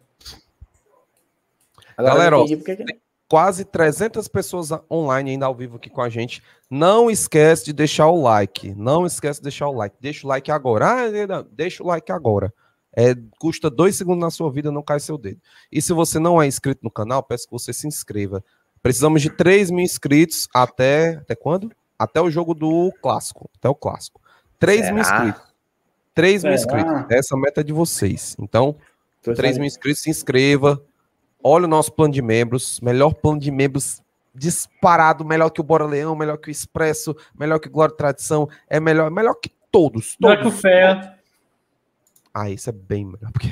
Agora Galera, eu ó, não entendi porque... Quase 300 pessoas online ainda ao vivo aqui com a gente. Não esquece de deixar o like. Não esquece de deixar o like. Deixa o like agora. Deixa o like agora. Custa 2 segundos na sua vida, não cai seu dedo. E se você não é inscrito no canal, peço que você se inscreva. Precisamos de 3 mil inscritos até quando? Até o jogo do Clássico. Até o Clássico. 3 mil inscritos. 3 mil inscritos. Essa meta é de vocês. Então, 3 mil inscritos, se inscreva. Olha o nosso plano de membros. Melhor plano de membros disparado. Melhor que o Bora Leão, melhor que o Expresso, melhor que o Glória e Tradição. É melhor que todos. Melhor que o Fé. Isso é bem melhor. Porque...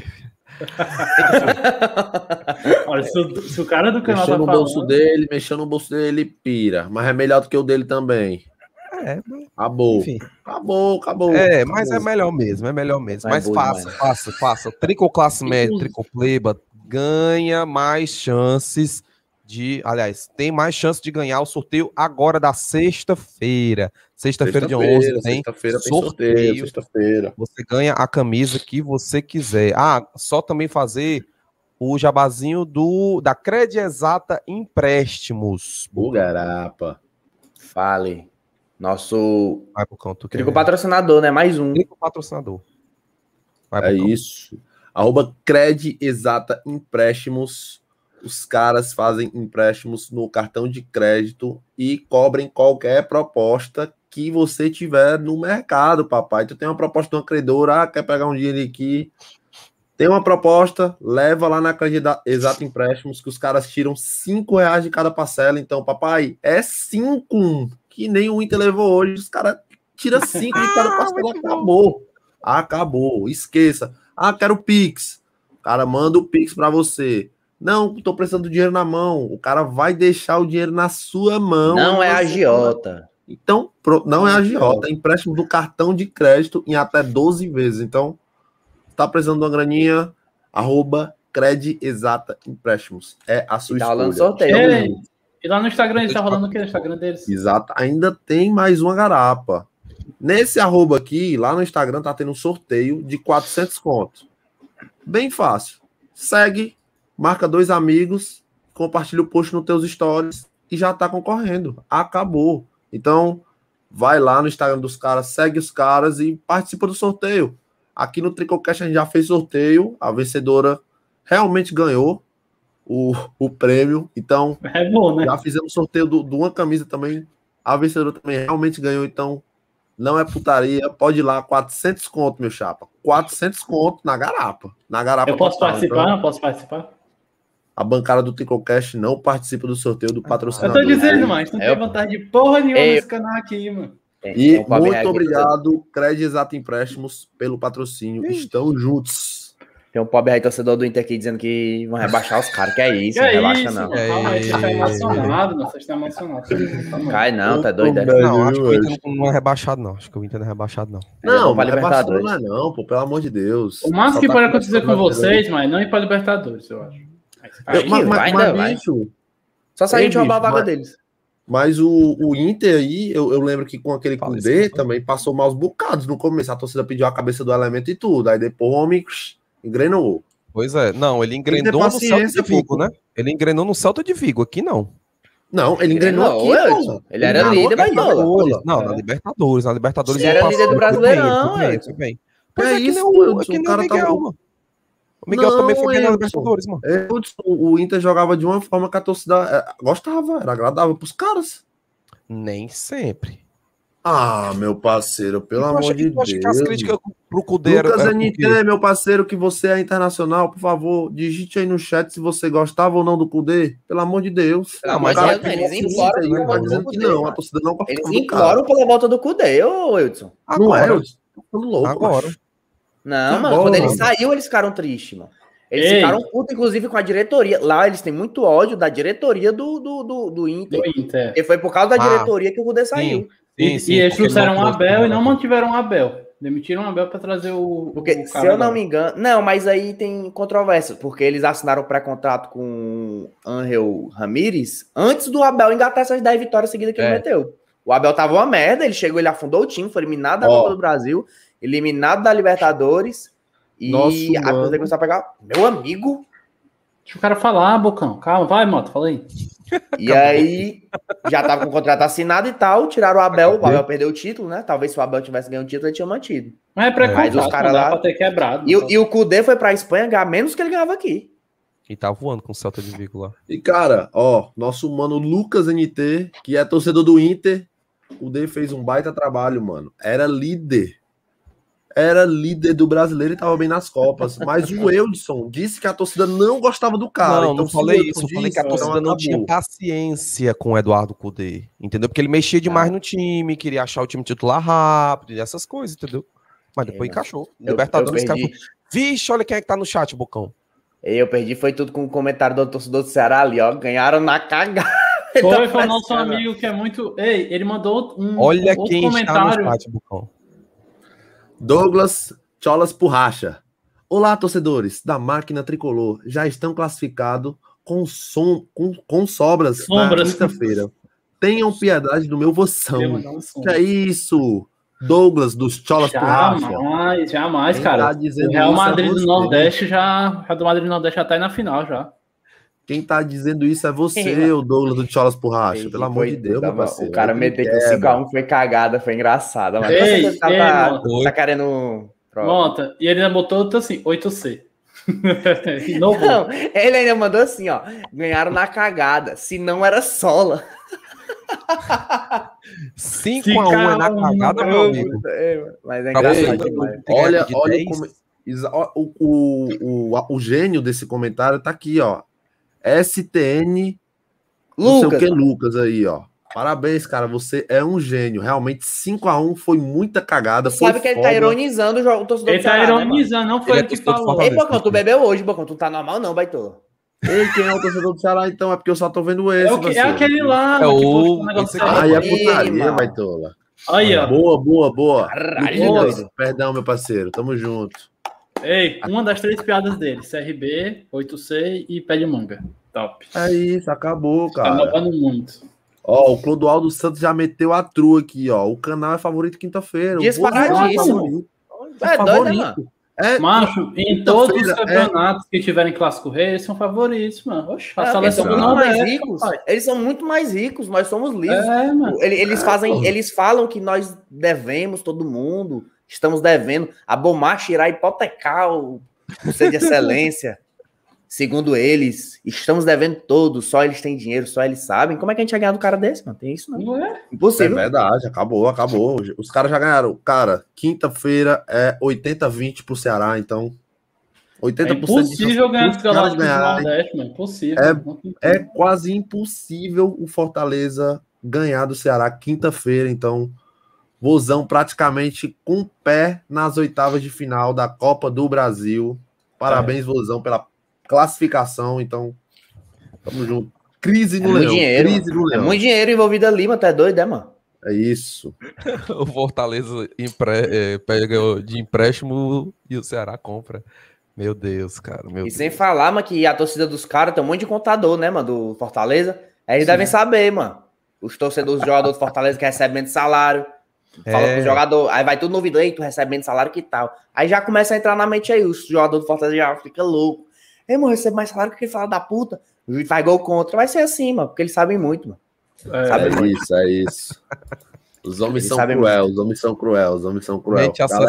Olha, se o cara do canal Mexendo tá no bolso dele, ele pira. Mas é melhor do que o dele também. Acabou. Enfim. Acabou. Mas é melhor mesmo, Mas faça. Tricô classe média, tricô pleba, ganha mais chances de... Aliás, tem mais chance de ganhar o sorteio agora da sexta-feira. Sexta-feira de 11 tem sorteio. Sexta-feira. Você ganha a camisa que você quiser. Só também fazer o jabazinho da Cred Exata Empréstimos. Bugarapa. Fale. Nosso Vai pro canto. trigo patrocinador, né? Mais um. Trigo patrocinador. Isso. @Cred Exata Empréstimos. Os caras fazem empréstimos no cartão de crédito e cobrem qualquer proposta que você tiver no mercado, papai. Tu tem uma proposta de uma credora, quer pegar um dinheiro aqui, tem uma proposta, leva lá na Cred Exata Empréstimos, que os caras tiram R$5 de cada parcela. Então, papai, é 5, que nem o Inter levou hoje. Os caras tiram 5 de cada parcela, acabou. Esqueça. Quero Pix. O cara manda o Pix para você. Não, tô precisando do dinheiro na mão. O cara vai deixar o dinheiro na sua mão. Não é agiota. Então, não é agiota. É empréstimo do cartão de crédito em até 12 vezes. Então, tá precisando de uma graninha, @Cred Exata Empréstimos. É a sua escolha. Rolando sorteio. E lá no Instagram, ele tá rolando o que no Instagram deles? Exato. Ainda tem mais uma garapa. Nesse @ aqui, lá no Instagram, tá tendo um sorteio de 400 contos. Bem fácil. Segue, marca 2 amigos, compartilha o post nos teus stories e já tá concorrendo. Acabou. Então, vai lá no Instagram dos caras, segue os caras e participa do sorteio. Aqui no Tricocast a gente já fez sorteio, a vencedora realmente ganhou o prêmio, então É bom, né? já fizemos sorteio de uma camisa também, a vencedora também realmente ganhou, então não é putaria, pode ir lá, 400 conto, meu chapa, 400 conto na garapa. Eu posso total. participar? Então, Não posso participar? a bancada do Tricocast não participa do sorteio do Eu patrocinador. tô dizendo, mas não tem vantagem de porra nenhuma nesse canal aqui, mano. E muito obrigado, Crédito Exato Empréstimos, pelo patrocínio. Estão juntos. Tem um pobre aí torcedor do Inter aqui dizendo que vão rebaixar os caras. Que é isso, não rebaixa não. Mano, calma aí, vocês estão emocionados, mano. Vocês estão emocionados. Cai não, tá doido. Não, acho que o Inter não é rebaixado, não. Acho que o Inter não é rebaixado, não. Não, pra rebaixado Libertadores. não é não, pô, pelo amor de Deus. O máximo Só que tá pode acontecer com começando a vocês, mas não ir pra Libertadores, eu acho. Vai. bicho, Só se a Ei, gente roubar a bicho, vaga mas- deles. mas o Inter aí, eu lembro que com aquele Fala Cudê isso, também passou maus bocados no começo. A torcida pediu a cabeça do Elemento e tudo. Aí depois o homem engrenou. Pois é. Não, ele Tem que ter engrenou no Celta paciência, de Vigo, pô. né? Ele engrenou no Celta de Vigo. Aqui não. Não, ele engrenou aqui, Edson. pô. Ele era engrenou líder, aqui, mas não. Bola. Não, na Libertadores. Na Libertadores Ele era líder do Brasileirão, Foi Edson. bem. Pois É é que isso, nem o, Edson, é que nem o o cara Miguel, tava- mano. O Miguel Não, também foi bem na Edson. Libertadores, mano. O Inter jogava de uma forma que a torcida gostava, era agradável pros caras. Nem sempre. Ah, meu parceiro, pelo amor de Tu acha Deus. que as críticas pro Cudê Lucas era NT, meu parceiro, que você é internacional, por favor, digite aí no chat se você gostava ou não do Cudê. Pelo amor de Deus. Não, mas O cara eles que imploram aí pela tá volta dizendo do que Cudê, não, a mano. torcida não Eles gostava do cara. imploram pela volta do Cudê, ô Edson. Não é, agora. eu tô ficando louco. Agora. macho. Não, Que mano, bola, quando ele mano. saiu, eles ficaram tristes, mano. Eles Ei. ficaram putos, inclusive, com a diretoria. Lá eles têm muito ódio da diretoria do Inter. Do Inter. E foi por causa da Ah, diretoria que o Cudê saiu. E Sim, eles porque ele trouxeram o trouxe Abel o e não Abel. mantiveram o Abel. Demitiram o Abel pra trazer o Porque, se cara eu não agora. me engano. Não, mas aí tem controvérsia, porque eles assinaram o pré-contrato com o Ángel Ramírez antes do Abel engatar essas 10 vitórias seguidas que ele meteu. O Abel tava uma merda, ele chegou, ele afundou o time, foi eliminado da Ó. Copa do Brasil, eliminado da Libertadores. E Nosso a mano. coisa começou a pegar. Meu amigo. Deixa o cara falar, Bocão. Calma, vai, Moto, fala aí. E aí, já tava com o contrato assinado e tal, tiraram o Abel perdeu o título, né? Talvez se o Abel tivesse ganho o título, ele tinha mantido. Mas é Mas pré-contrato, os caras não dá lá- pra ter quebrado. E o Cudê foi pra Espanha ganhar menos que ele ganhava aqui. E tá voando com o Celta de Vigo lá. E, cara, ó, nosso mano Lucas NT, que é torcedor do Inter, o D fez um baita trabalho, mano. Era líder. Era líder do brasileiro e tava bem nas Copas. Mas o Eudson disse que a torcida não gostava do cara. Não, então, não se o falei Eudson isso. Eu falei disse, que a torcida então não tinha acabou. paciência com o Eduardo Cudê. Entendeu? Porque ele mexia demais no time, queria achar o time titular rápido e essas coisas, entendeu? Mas depois encaixou. Libertadores perdi. caiu. Vixe, olha quem é que tá no chat, Bocão. Eu perdi, foi tudo com o comentário do torcedor do Ceará ali, ó. Ganharam na cagada. Foi o nosso amigo que é muito. Ei, ele mandou Olha outro quem está comentário. no chat, Bocão. Douglas Cholas Purracha. Olá, torcedores da máquina tricolor. Já estão classificados com sobras na Sombras. quinta-feira. Tenham piedade do meu Eu ia voção. mandar um som. Que é isso? Douglas dos Cholas Purracha. Jamais, Quem cara. tá dizendo O Real isso é Madrid do você. Nordeste já. O Real Madrid do Nordeste já tá aí na final já. Quem tá dizendo isso é você, o Douglas do Cholas Purracha. Pelo amor de Deus, meu parceiro. O cara Aí meteu que quebra. o 5x1 foi cagada, foi engraçada. Mas Ei, você tá mano. querendo. Monta. E ele ainda botou outro assim, 8C. Inovou. Não, ele ainda mandou assim, ó. Ganharam na cagada. Se não era sola. 5x1 é na cagada, meu amigo. Mas é Pra você, engraçado todo demais. mundo tem que ganhar Olha, de olha 10. o gênio desse comentário tá aqui, ó. STN, não sei o Lucas, que, Lucas aí, ó. Parabéns, cara, você é um gênio. Realmente, 5x1 foi muita cagada. tu Foi sabe que ele tá foda. ironizando o torcedor Ele do tá Ceará, né, mano? ironizando, não foi Ele é ele que torcedor do falou. Fortaleza. Ei, Bocão, tu bebeu hoje, Bocão. Tu tá normal não, Baitola? Ei, quem é o torcedor do Ceará, então? É porque eu só tô vendo esse. É parceiro. aquele lá, É que o- postou um negócio esse aqui. Aí é Ei, putaria, mano. Baitola. Aí, ó. Boa. Caralho, Lucas, doido. perdão, meu parceiro. Tamo junto. Ei, uma das 3 piadas dele: CRB, 8C e pé de manga. Top. É isso, acabou, Tá cara. inovando muito. Ó, o Clodoaldo Santos já meteu a trua aqui, ó. O canal é favorito quinta-feira. Disparadíssimo. O É doido, né, mano? Macho, em todos os campeonatos que tiverem Clássico Rei, eles são favoritos, mano. Oxe, a seleção do Nordeste, eles são muito mais ricos, nós somos livres. Eles falam que nós devemos todo mundo, estamos devendo. A Bomarcha irá hipotecar o ser de excelência. Segundo eles, estamos devendo todos, só eles têm dinheiro, só eles sabem. Como é que a gente vai ganhar do cara desse, mano? Tem isso não? Não é? Impossível. É verdade, acabou. Os caras já ganharam. Cara, quinta-feira é 80-20 pro Ceará, então 80% é impossível ganhar dos caras ganharem. Nordeste, mano. Impossível. É quase impossível o Fortaleza ganhar do Ceará quinta-feira, então Vozão praticamente com o pé nas oitavas de final da Copa do Brasil. Parabéns, Vozão, pela classificação, então tamo junto. Crise no Leão. Crise no Leão. É muito dinheiro envolvido ali, mano. Tá doido, né, mano? É isso. O Fortaleza pega de empréstimo e o Ceará compra. Meu Deus, cara. Sem falar, mano, que a torcida dos caras tem um monte de contador, né, mano, do Fortaleza. Aí eles devem saber, mano. Os torcedores do jogador do Fortaleza que recebem menos salário. Fala pro jogador, aí vai tudo no vídeo aí, tu recebe menos salário que tal. Aí já começa a entrar na mente aí, os jogadores do Fortaleza já ficam loucos. Ei, mano, recebe mais salário que aquele filho da puta. O juiz faz gol contra. Vai ser assim, mano, porque eles sabem muito, mano. É isso. Os homens são cruéis.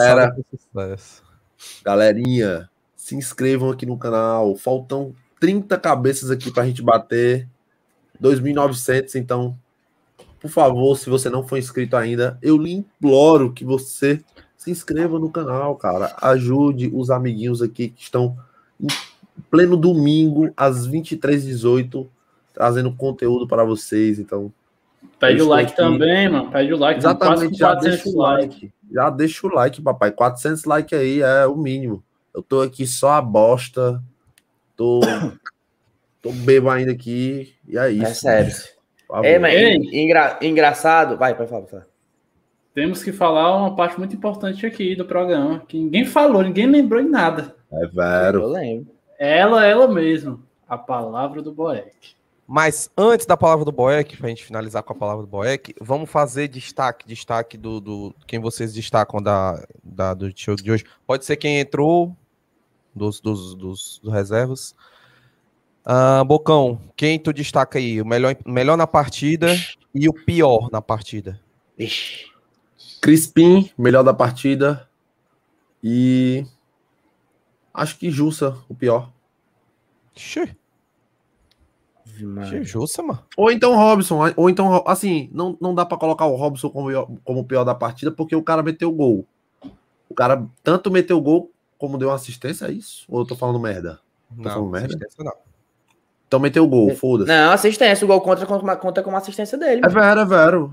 Galerinha, se inscrevam aqui no canal. Faltam 30 cabeças aqui pra gente bater 2.900, então, por favor, se você não for inscrito ainda, eu lhe imploro que você se inscreva no canal, cara. Ajude os amiguinhos aqui que estão em pleno domingo, às 23h18, trazendo conteúdo para vocês, então... Pede o like também, mano. Pede o like. Exatamente, já deixa o like. Já deixa o like, papai. 400 likes aí é o mínimo. Eu tô aqui só a bosta. Tô bebo ainda aqui. E é isso. É sério. Mas engraçado. Vai, falar. Temos que falar uma parte muito importante aqui do programa, que ninguém falou, ninguém lembrou em nada. É vero. Eu lembro. Ela mesmo. A palavra do Boeck. Mas antes da palavra do Boeck, pra gente finalizar com a palavra do Boeck, vamos fazer destaque do quem vocês destacam do show de hoje. Pode ser quem entrou dos reservas. Bocão, quem tu destaca aí? O melhor na partida e o pior na partida? Ixi. Crispim, melhor da partida. E acho que Jussa, o pior. Jussa, mano. Ou então Robson, assim, não dá pra colocar o Robson como o pior da partida, porque o cara meteu gol. O cara tanto meteu gol como deu uma assistência, é isso? Ou eu tô falando merda? Assistência não. Então meteu gol, foda-se. Não, assistência, o gol conta como assistência dele. É vero.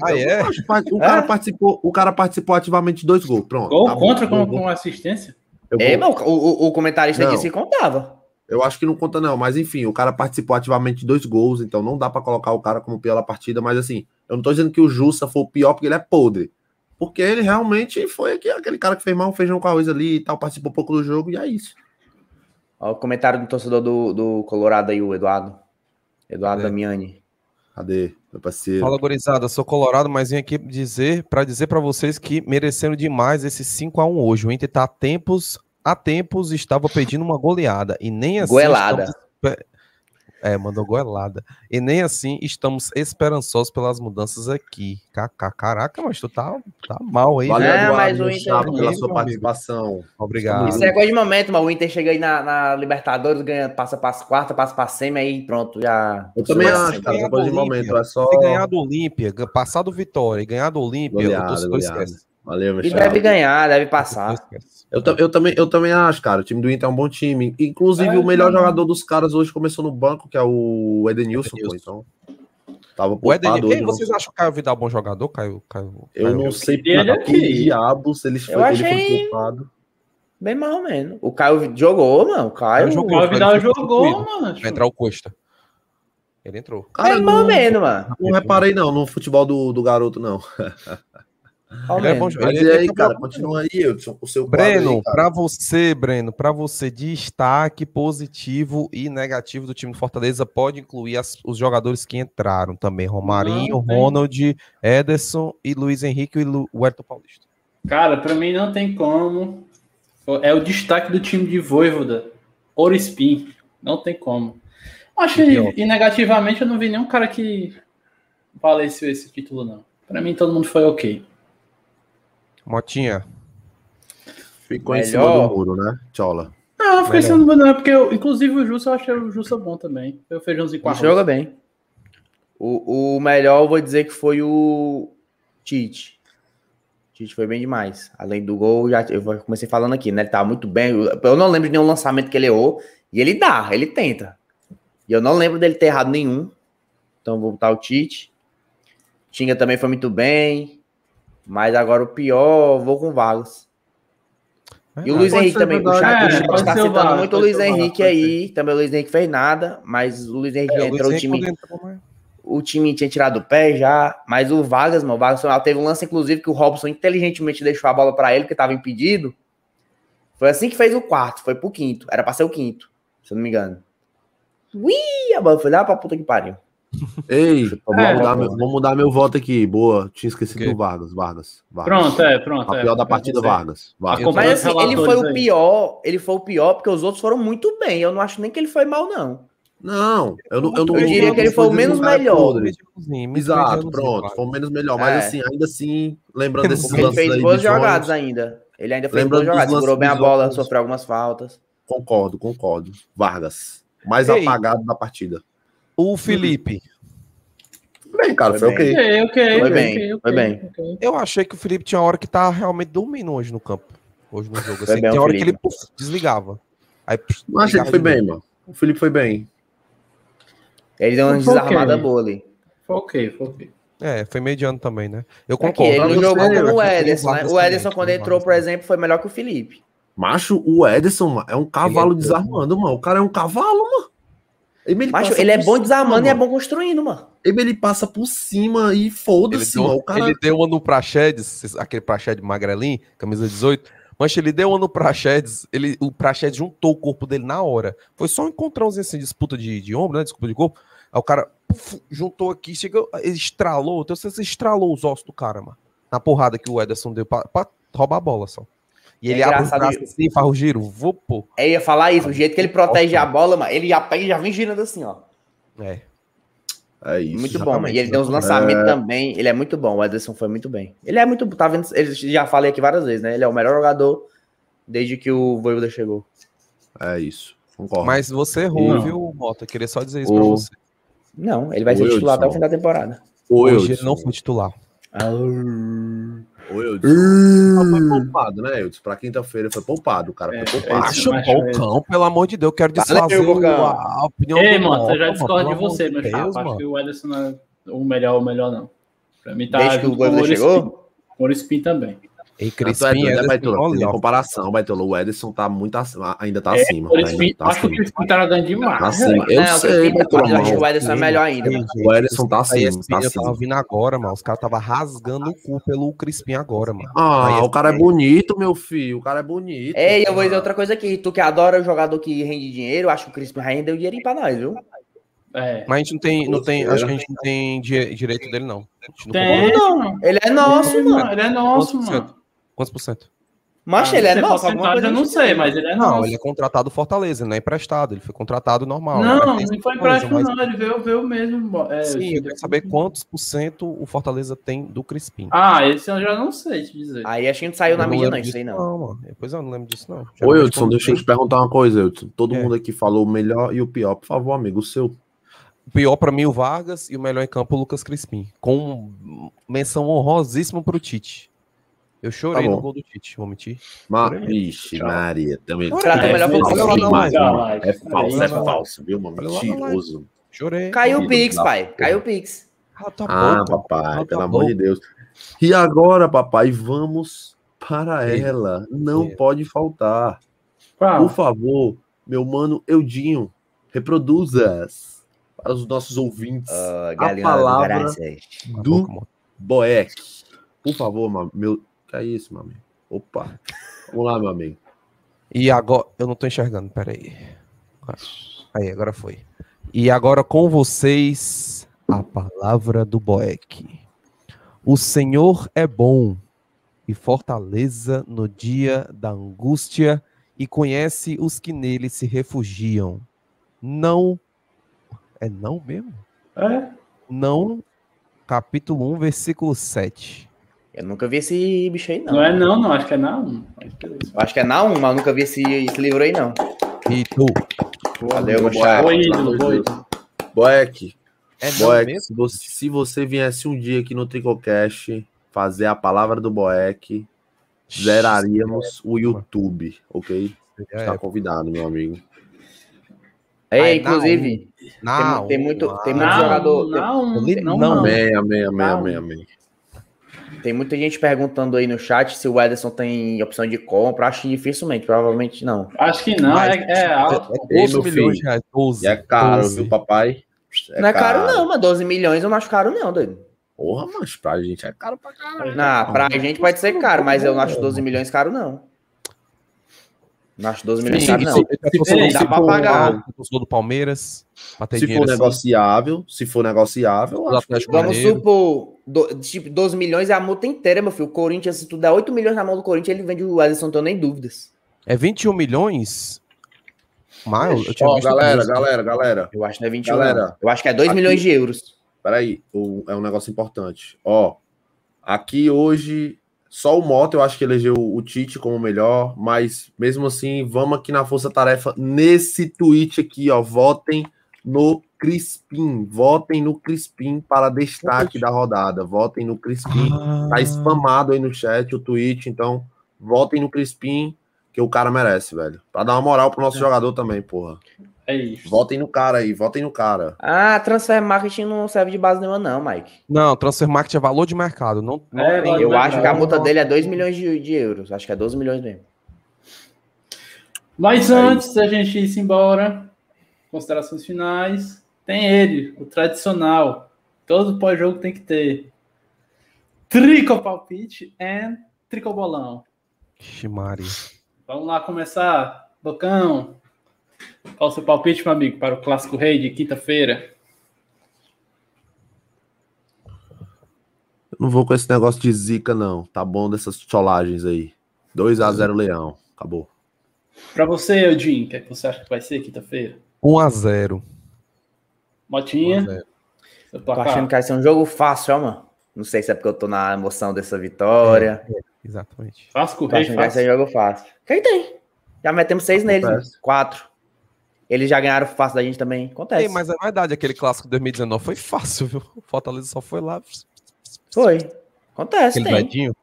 O cara participou ativamente de 2 gols, pronto. Gol contra como assistência? O comentarista disse que contava. Eu acho que não conta não, mas enfim, o cara participou ativamente de 2 gols, então não dá pra colocar o cara como pior da partida, mas assim, eu não tô dizendo que o Jussa foi o pior porque ele é podre, porque ele realmente foi aquele cara que fez mal um feijão com arroz ali e tal, participou pouco do jogo e é isso. Ó, o comentário do torcedor do Colorado aí, o Eduardo Damiani. Cadê, meu parceiro? Fala, gurizada, sou colorado, mas vim aqui dizer pra vocês que mereceram demais esse 5-1 hoje. O Inter tá há tempos estava pedindo uma goleada e nem assim goelada. Mandou goelada. E nem assim estamos esperançosos pelas mudanças aqui. Caraca, mas tu tá mal aí. Valeu, né? Mas o Inter pela sua participação. Obrigado. Isso é coisa de momento, mas o Inter chega aí na Libertadores, ganha, passa para as quartas, passa para a semi, aí pronto, já... Eu também acho, cara, coisa de momento, é só... Se ganhar do Olímpia, passar do Vitória e ganhar do Olímpia, o torcedor esquece. Valeu, meu E deve ganhar, deve passar. Eu também acho, cara. O time do Inter é um bom time. Inclusive, o melhor jogador dos caras hoje começou no banco, que é o Edenilson. Pô, então, tava poupado hoje. Quem vocês acham que o Caio Vidal é bom jogador? Eu não sei por que diabos ele foi poupado. Bem mal ou menos. O Caio jogou, mano. O Caio Vidal jogou, mano. Vai entrar o Cuesta. Ele entrou. Cara, bem mal ou menos, mano. Não reparei, não, no futebol do garoto, não. Ele é bom jogador. Mas e aí, cara, continua aí, Edson, o seu Breno, para você, destaque positivo e negativo do time do Fortaleza pode incluir os jogadores que entraram também, Romarinho, Ronald, Ederson e Luiz Henrique e o Huerto Paulista. Cara, pra mim não tem como É o destaque do time de Voivoda. Ourispin. Não tem como. Acho que, e negativamente, eu não vi nenhum cara que valesse esse título, não. Pra mim, todo mundo foi ok. Motinha. Ficou em cima do muro, né, Tchola? Não, ficou em cima do muro, não, porque inclusive o Jussa, eu achei o Jussa bom também. Foi o feijãozinho com arroz. Joga bem. O melhor, eu vou dizer que foi o Tite. Tite foi bem demais. Além do gol, eu comecei falando aqui, né? Ele tava muito bem. Eu não lembro de nenhum lançamento que ele errou. E ele tenta. E eu não lembro dele ter errado nenhum. Então vou botar o Tite. Tinga também foi muito bem. Mas agora o pior, vou com o Vargas. E o Luiz Henrique também. O chat tá citando muito o Luiz Henrique aí. Também o Luiz Henrique fez nada. Mas o Luiz Henrique entrou o time. O time tinha tirado o pé já, mas o Vargas, mano, o Vargas teve um lance, inclusive, que o Robson inteligentemente deixou a bola pra ele, porque tava impedido. Foi assim que fez o quarto, foi pro quinto. Era pra ser o quinto, se eu não me engano. Ui, a bola foi lá pra puta que pariu. Ei, vou mudar meu voto aqui. Boa, tinha esquecido do Vargas. Pronto. A pior da partida, Vargas. Mas assim, ele foi o pior porque os outros foram muito bem. Eu não acho nem que ele foi mal, não. Não, eu diria que ele foi o menos melhor. Exato, pronto, foi o menos melhor. Mas assim, ainda assim, lembrando desses lances aí. Ele fez boas jogadas ainda. Ele ainda fez boas jogadas, segurou bem a bola, sofreu algumas faltas. Concordo. Vargas. Mais apagado da partida. O Felipe. Bem, cara, foi ok. Foi bem. Eu achei que o Felipe tinha hora que tava realmente dormindo hoje no campo. Hoje no jogo. Assim, tinha hora que ele desligava. Aí, não achei que foi bem, mano. O Felipe foi bem. Ele deu uma desarmada boa ali. Foi ok. Foi mediano também, né? Eu concordo. Ele não jogou como o Ederson, né? O Ederson, quando entrou, por exemplo, foi melhor que o Felipe. Macho, o Ederson é um cavalo desarmando, mano. O cara é um cavalo, mano. Ele é bom desarmando e é bom construindo, mano. Ele passa por cima e foda-se, mano. O cara... Ele deu uma no Praxedes, aquele Praxedes magrelinho, camisa 18. Mas ele deu uma no Praxedes, o Praxedes juntou o corpo dele na hora. Foi só um encontrãozinho assim, disputa de ombro, né? Desculpa de corpo. Aí o cara juntou aqui, chegou, ele estralou, então você estralou os ossos do cara, mano. Na porrada que o Ederson deu pra roubar a bola só. E ele abre o braço assim, faz o giro, vou pô. Eu ia falar isso, o jeito que ele protege a bola, mano, ele já pega e já vem girando assim, ó. É isso. Muito bom, mano. E ele tem uns lançamentos também, ele é muito bom, o Ederson foi muito bem. Ele é muito, tá vendo, ele já falei aqui várias vezes, né? Ele é o melhor jogador desde que o Voivoda chegou. É isso, concordo. Mas você errou, viu, Mota? Queria só dizer isso pra você. Não, ele vai ser titular até o fim da temporada. Hoje ele não foi titular. O Eudson foi poupado, né, Eudson? Pra quinta-feira foi poupado, o cara foi poupado. Acho Pocão, pelo amor de Deus, eu quero desfazer a opinião do mano, eu já discordo de você, meu chapa. Acho que o Ederson não é o melhor, não. Pra mim tá... Desde que o Voivoda chegou? O Ourispin também. E Crispim, em comparação, Baitola, o Ederson tá muito acima, ainda tá acima. Acho que o Crispim tá jogando demais. Assim, eu sei, Baitola, eu acho que o Ederson é melhor ainda. O Ederson tá acima. Eu tava vindo agora, mano. Os caras tava rasgando o cu pelo Crispim agora, mano. O cara é bonito, meu filho. O cara é bonito. Ei, eu vou dizer outra coisa aqui. Tu que adora o jogador que rende dinheiro, acho que o Crispim rendeu dinheirinho pra nós, viu? Mas a gente não tem, acho que a gente não tem direito dele, não. Não. Ele é nosso, mano. Ele é nosso, mano. Quantos por cento? Mas ele é nosso, alguma coisa eu não sei, mas ele é nosso. Não, ele é contratado Fortaleza, ele não é emprestado, ele foi contratado normal. Não foi empréstimo não, ele veio mesmo. Sim, eu quero saber quantos por cento o Fortaleza tem do Crispim. Esse eu já não sei te dizer. Aí a gente saiu na mídia, não, isso aí não. Não, mano, depois eu não lembro disso, não. Ô, Eudson, deixa eu te perguntar uma coisa, Eudson. Todo mundo aqui falou o melhor e o pior. Por favor, amigo, o seu. O pior pra mim o Vargas e o melhor em campo o Lucas Crispim. Com menção honrosíssima pro Tite. Eu chorei no gol do Tite, vou mentir. Ixi, Maria, também. É falso, viu, mano? Mentiroso. Chorei. Caiu o Pix, pai. Caiu o Pix. Papai, pelo amor de Deus. E agora, papai, vamos para ela. Não pode faltar. Por favor, meu mano Eudinho, reproduza para os nossos ouvintes a palavra do Boeck. Por favor, meu... Que é isso, meu amigo? Opa. Vamos lá, meu amigo. E agora... Eu não tô enxergando, peraí. Aí, agora foi. E agora com vocês, a palavra do Boeck. O Senhor é bom e Fortaleza no dia da angústia e conhece os que nele se refugiam. Não, é não mesmo? É. Não, capítulo 1, versículo 7. Eu nunca vi esse bicho aí, não. Não é não, acho que é não. Eu acho que é Naum, mas eu nunca vi esse livro aí, não. E tu? Valeu, meu Boa, chapa. Boa ídolo, boa ídolo. Boeck, É não Boeck, mesmo? se você viesse um dia aqui no Tricocast fazer a palavra do Boeck, zeraríamos o YouTube, ok? Está convidado, meu amigo. Ei, inclusive, Não, tem muito Não, jogador. não. Amém, amém, amém, amém, amém. Tem muita gente perguntando aí no chat se o Ederson tem opção de compra. Acho que dificilmente, provavelmente não. Acho que não, Mas é alto. É 12 meu milhões de filho. reais. 12. E é caro, 12. viu, papai? Não é caro, não, mas 12 milhões eu não acho caro, não, doido. Porra, mas pra gente é caro pra caralho. Não, pra gente pode ser caro, mas eu não acho 12 milhões caro, não. Não acho 12 milhões caro, não. Dá pra pagar. Torcedor do Palmeiras. Pra ter Se dinheiro for assim. negociável, Do acho que Atlético Vamos Mineiro. supor, tipo, 12 milhões é a multa inteira, meu filho. O Corinthians, se tu der 8 milhões na mão do Corinthians, ele vende o Ederson, não tenho nem dúvidas. É 21 milhões? Mas eu tinha Ó, visto galera, 12. galera. Eu acho que não é 21, Galera, não. Eu acho que é 2 aqui- milhões de euros. Peraí, é um negócio importante. Ó, aqui hoje, só o Mota eu acho que elegeu o Tite como melhor, mas mesmo assim, vamos aqui na força-tarefa, nesse tweet aqui, ó, votem no Crispim, para destaque da rodada, votem no Crispim, tá spamado aí no chat o tweet, então votem no Crispim, que o cara merece, velho, pra dar uma moral pro nosso jogador também, porra. É isso. Votem no cara aí, votem no cara. Ah, transfer marketing não serve de base nenhuma, não, Mike. Não, transfer market é valor de mercado. Não tem. valor Eu de acho que a mercado. multa dele é 2 milhões de euros. Acho que é 12 milhões mesmo. Mas antes da gente ir embora, considerações finais, tem ele, o tradicional. Todo pós-jogo tem que ter Tricopalpite e Tricobolão. Ximari. Vamos lá começar. Bocão, qual o seu palpite, meu amigo, para o Clássico Rei de quinta-feira? Eu não vou com esse negócio de zica, não. Tá bom dessas cholagens aí. 2-0 Leão. Acabou. Para você, Eudin, o que é que você acha que vai ser quinta-feira? 1-0. Motinha, 1-0. seu Tô placar. achando que vai ser um jogo fácil, ó, mano. Não sei se é porque eu tô na emoção dessa vitória. Exatamente. Clássico Tô Rei, achando que vai ser fácil. um jogo fácil. Quem tem? Já metemos 6 neles, Acontece. mano. 4. Eles já ganharam fácil da gente também. Acontece. Ei, mas é verdade, aquele clássico de 2019 foi fácil, viu? O Fortaleza só foi lá. Foi. Acontece, Aquele tem. vedinho.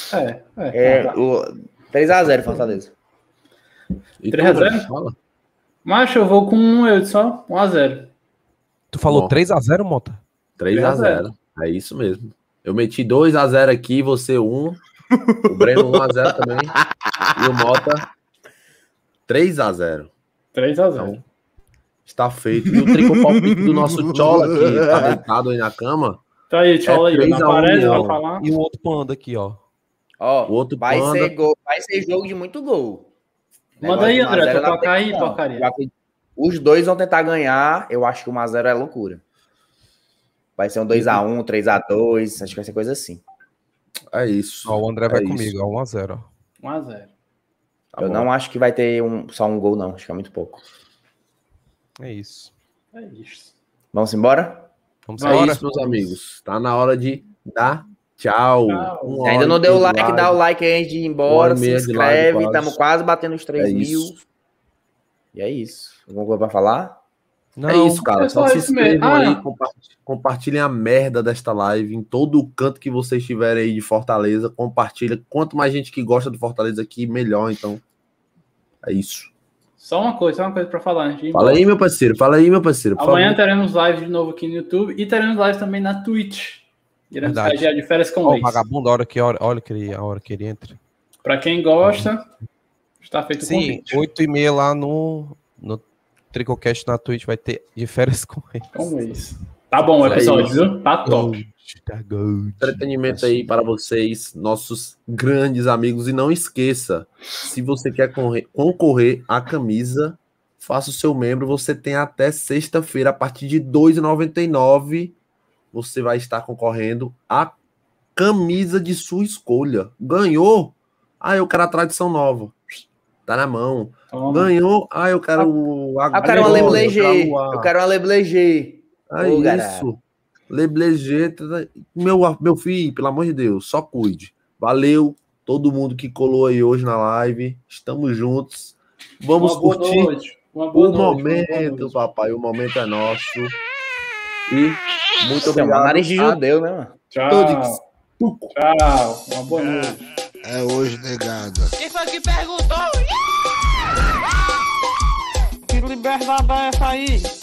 O 3x0 Fortaleza. E 3-0? Fala. Macho, eu vou com eu só 1-0. Tu falou Bom. 3-0, Mota? 3-0. É isso mesmo. Eu meti 2-0 aqui, você 1. O Breno 1-0 também. E o Mota 3-0. 3-0. Está feito. E o tricopalpite do nosso Chola, que tá deitado aí na cama. Tá aí, tchau aí. 3 Não a 1 aparece pra Leão. falar. E o outro panda aqui, ó. Ó, O outro vai panda- ser gol, vai ser jogo de muito gol. Manda aí, Negócio de 1 a 0 André, eu tu não toca aí, acredito, não. porcaria. Eu acredito. Os dois vão tentar ganhar. Eu acho que o 1x0 é loucura. Vai ser um 2x1, 3x2. Acho que vai ser coisa assim. É isso. Ó, o André vai É comigo, isso. ó. 1-0, ó. 1-0. Tá Eu bom. não acho que vai ter só um gol, não. Acho que é muito pouco. É isso. É isso. Vamos embora? Vamos É embora? isso, meus amigos. Tá na hora de dar tchau. Tchau. Uma Se ainda hora não e deu o meia de like, dá o like aí antes de ir embora. 1 hora e Se meia de live, inscreve. quase. Estamos quase batendo os 3 É mil. isso. E é isso. Alguma coisa pra falar? Não, É isso, cara. é só Só se isso mesmo. inscrevam aí, Ah. compartilhem a merda desta live em todo o canto que vocês estiverem aí de Fortaleza. Compartilha. Quanto mais gente que gosta do Fortaleza aqui, melhor. Então, é isso. Só uma coisa pra falar antes de ir Fala embora. aí, meu parceiro. Fala aí, meu parceiro. Por Amanhã favor. teremos live de novo aqui no YouTube e teremos live também na Twitch. Iremos Verdade. sair de férias com ó, o leis. vagabundo, a hora que a hora que ele entra. Pra quem gosta, está feito o Sim, convite. 8h30 lá no Tricocast na Twitch vai ter de férias com ele. Como isso. Tá bom o É episódio, isso. viu? Tá top. Tá good. Entretenimento aí para vocês, nossos grandes amigos. E não esqueça, se você quer concorrer à camisa, faça o seu membro. Você tem até sexta-feira, a partir de R$ 2,99, você vai estar concorrendo à camisa de sua escolha. Ganhou? Ah, eu quero a tradição nova. Tá na mão. Ganhou? Ah, eu quero eu quero uma Lebleger. Eu quero uma Lebleger. É isso. Lebleger. Meu filho, pelo amor de Deus, só cuide. Valeu todo mundo que colou aí hoje na live. Estamos juntos. Vamos curtir o momento, papai. O momento é nosso. E muito obrigado. Nariz de judeu, né, mano? Tchau. Tchau. Uma boa noite. É hoje, negada. Quem foi que perguntou? Que liberdade é essa aí?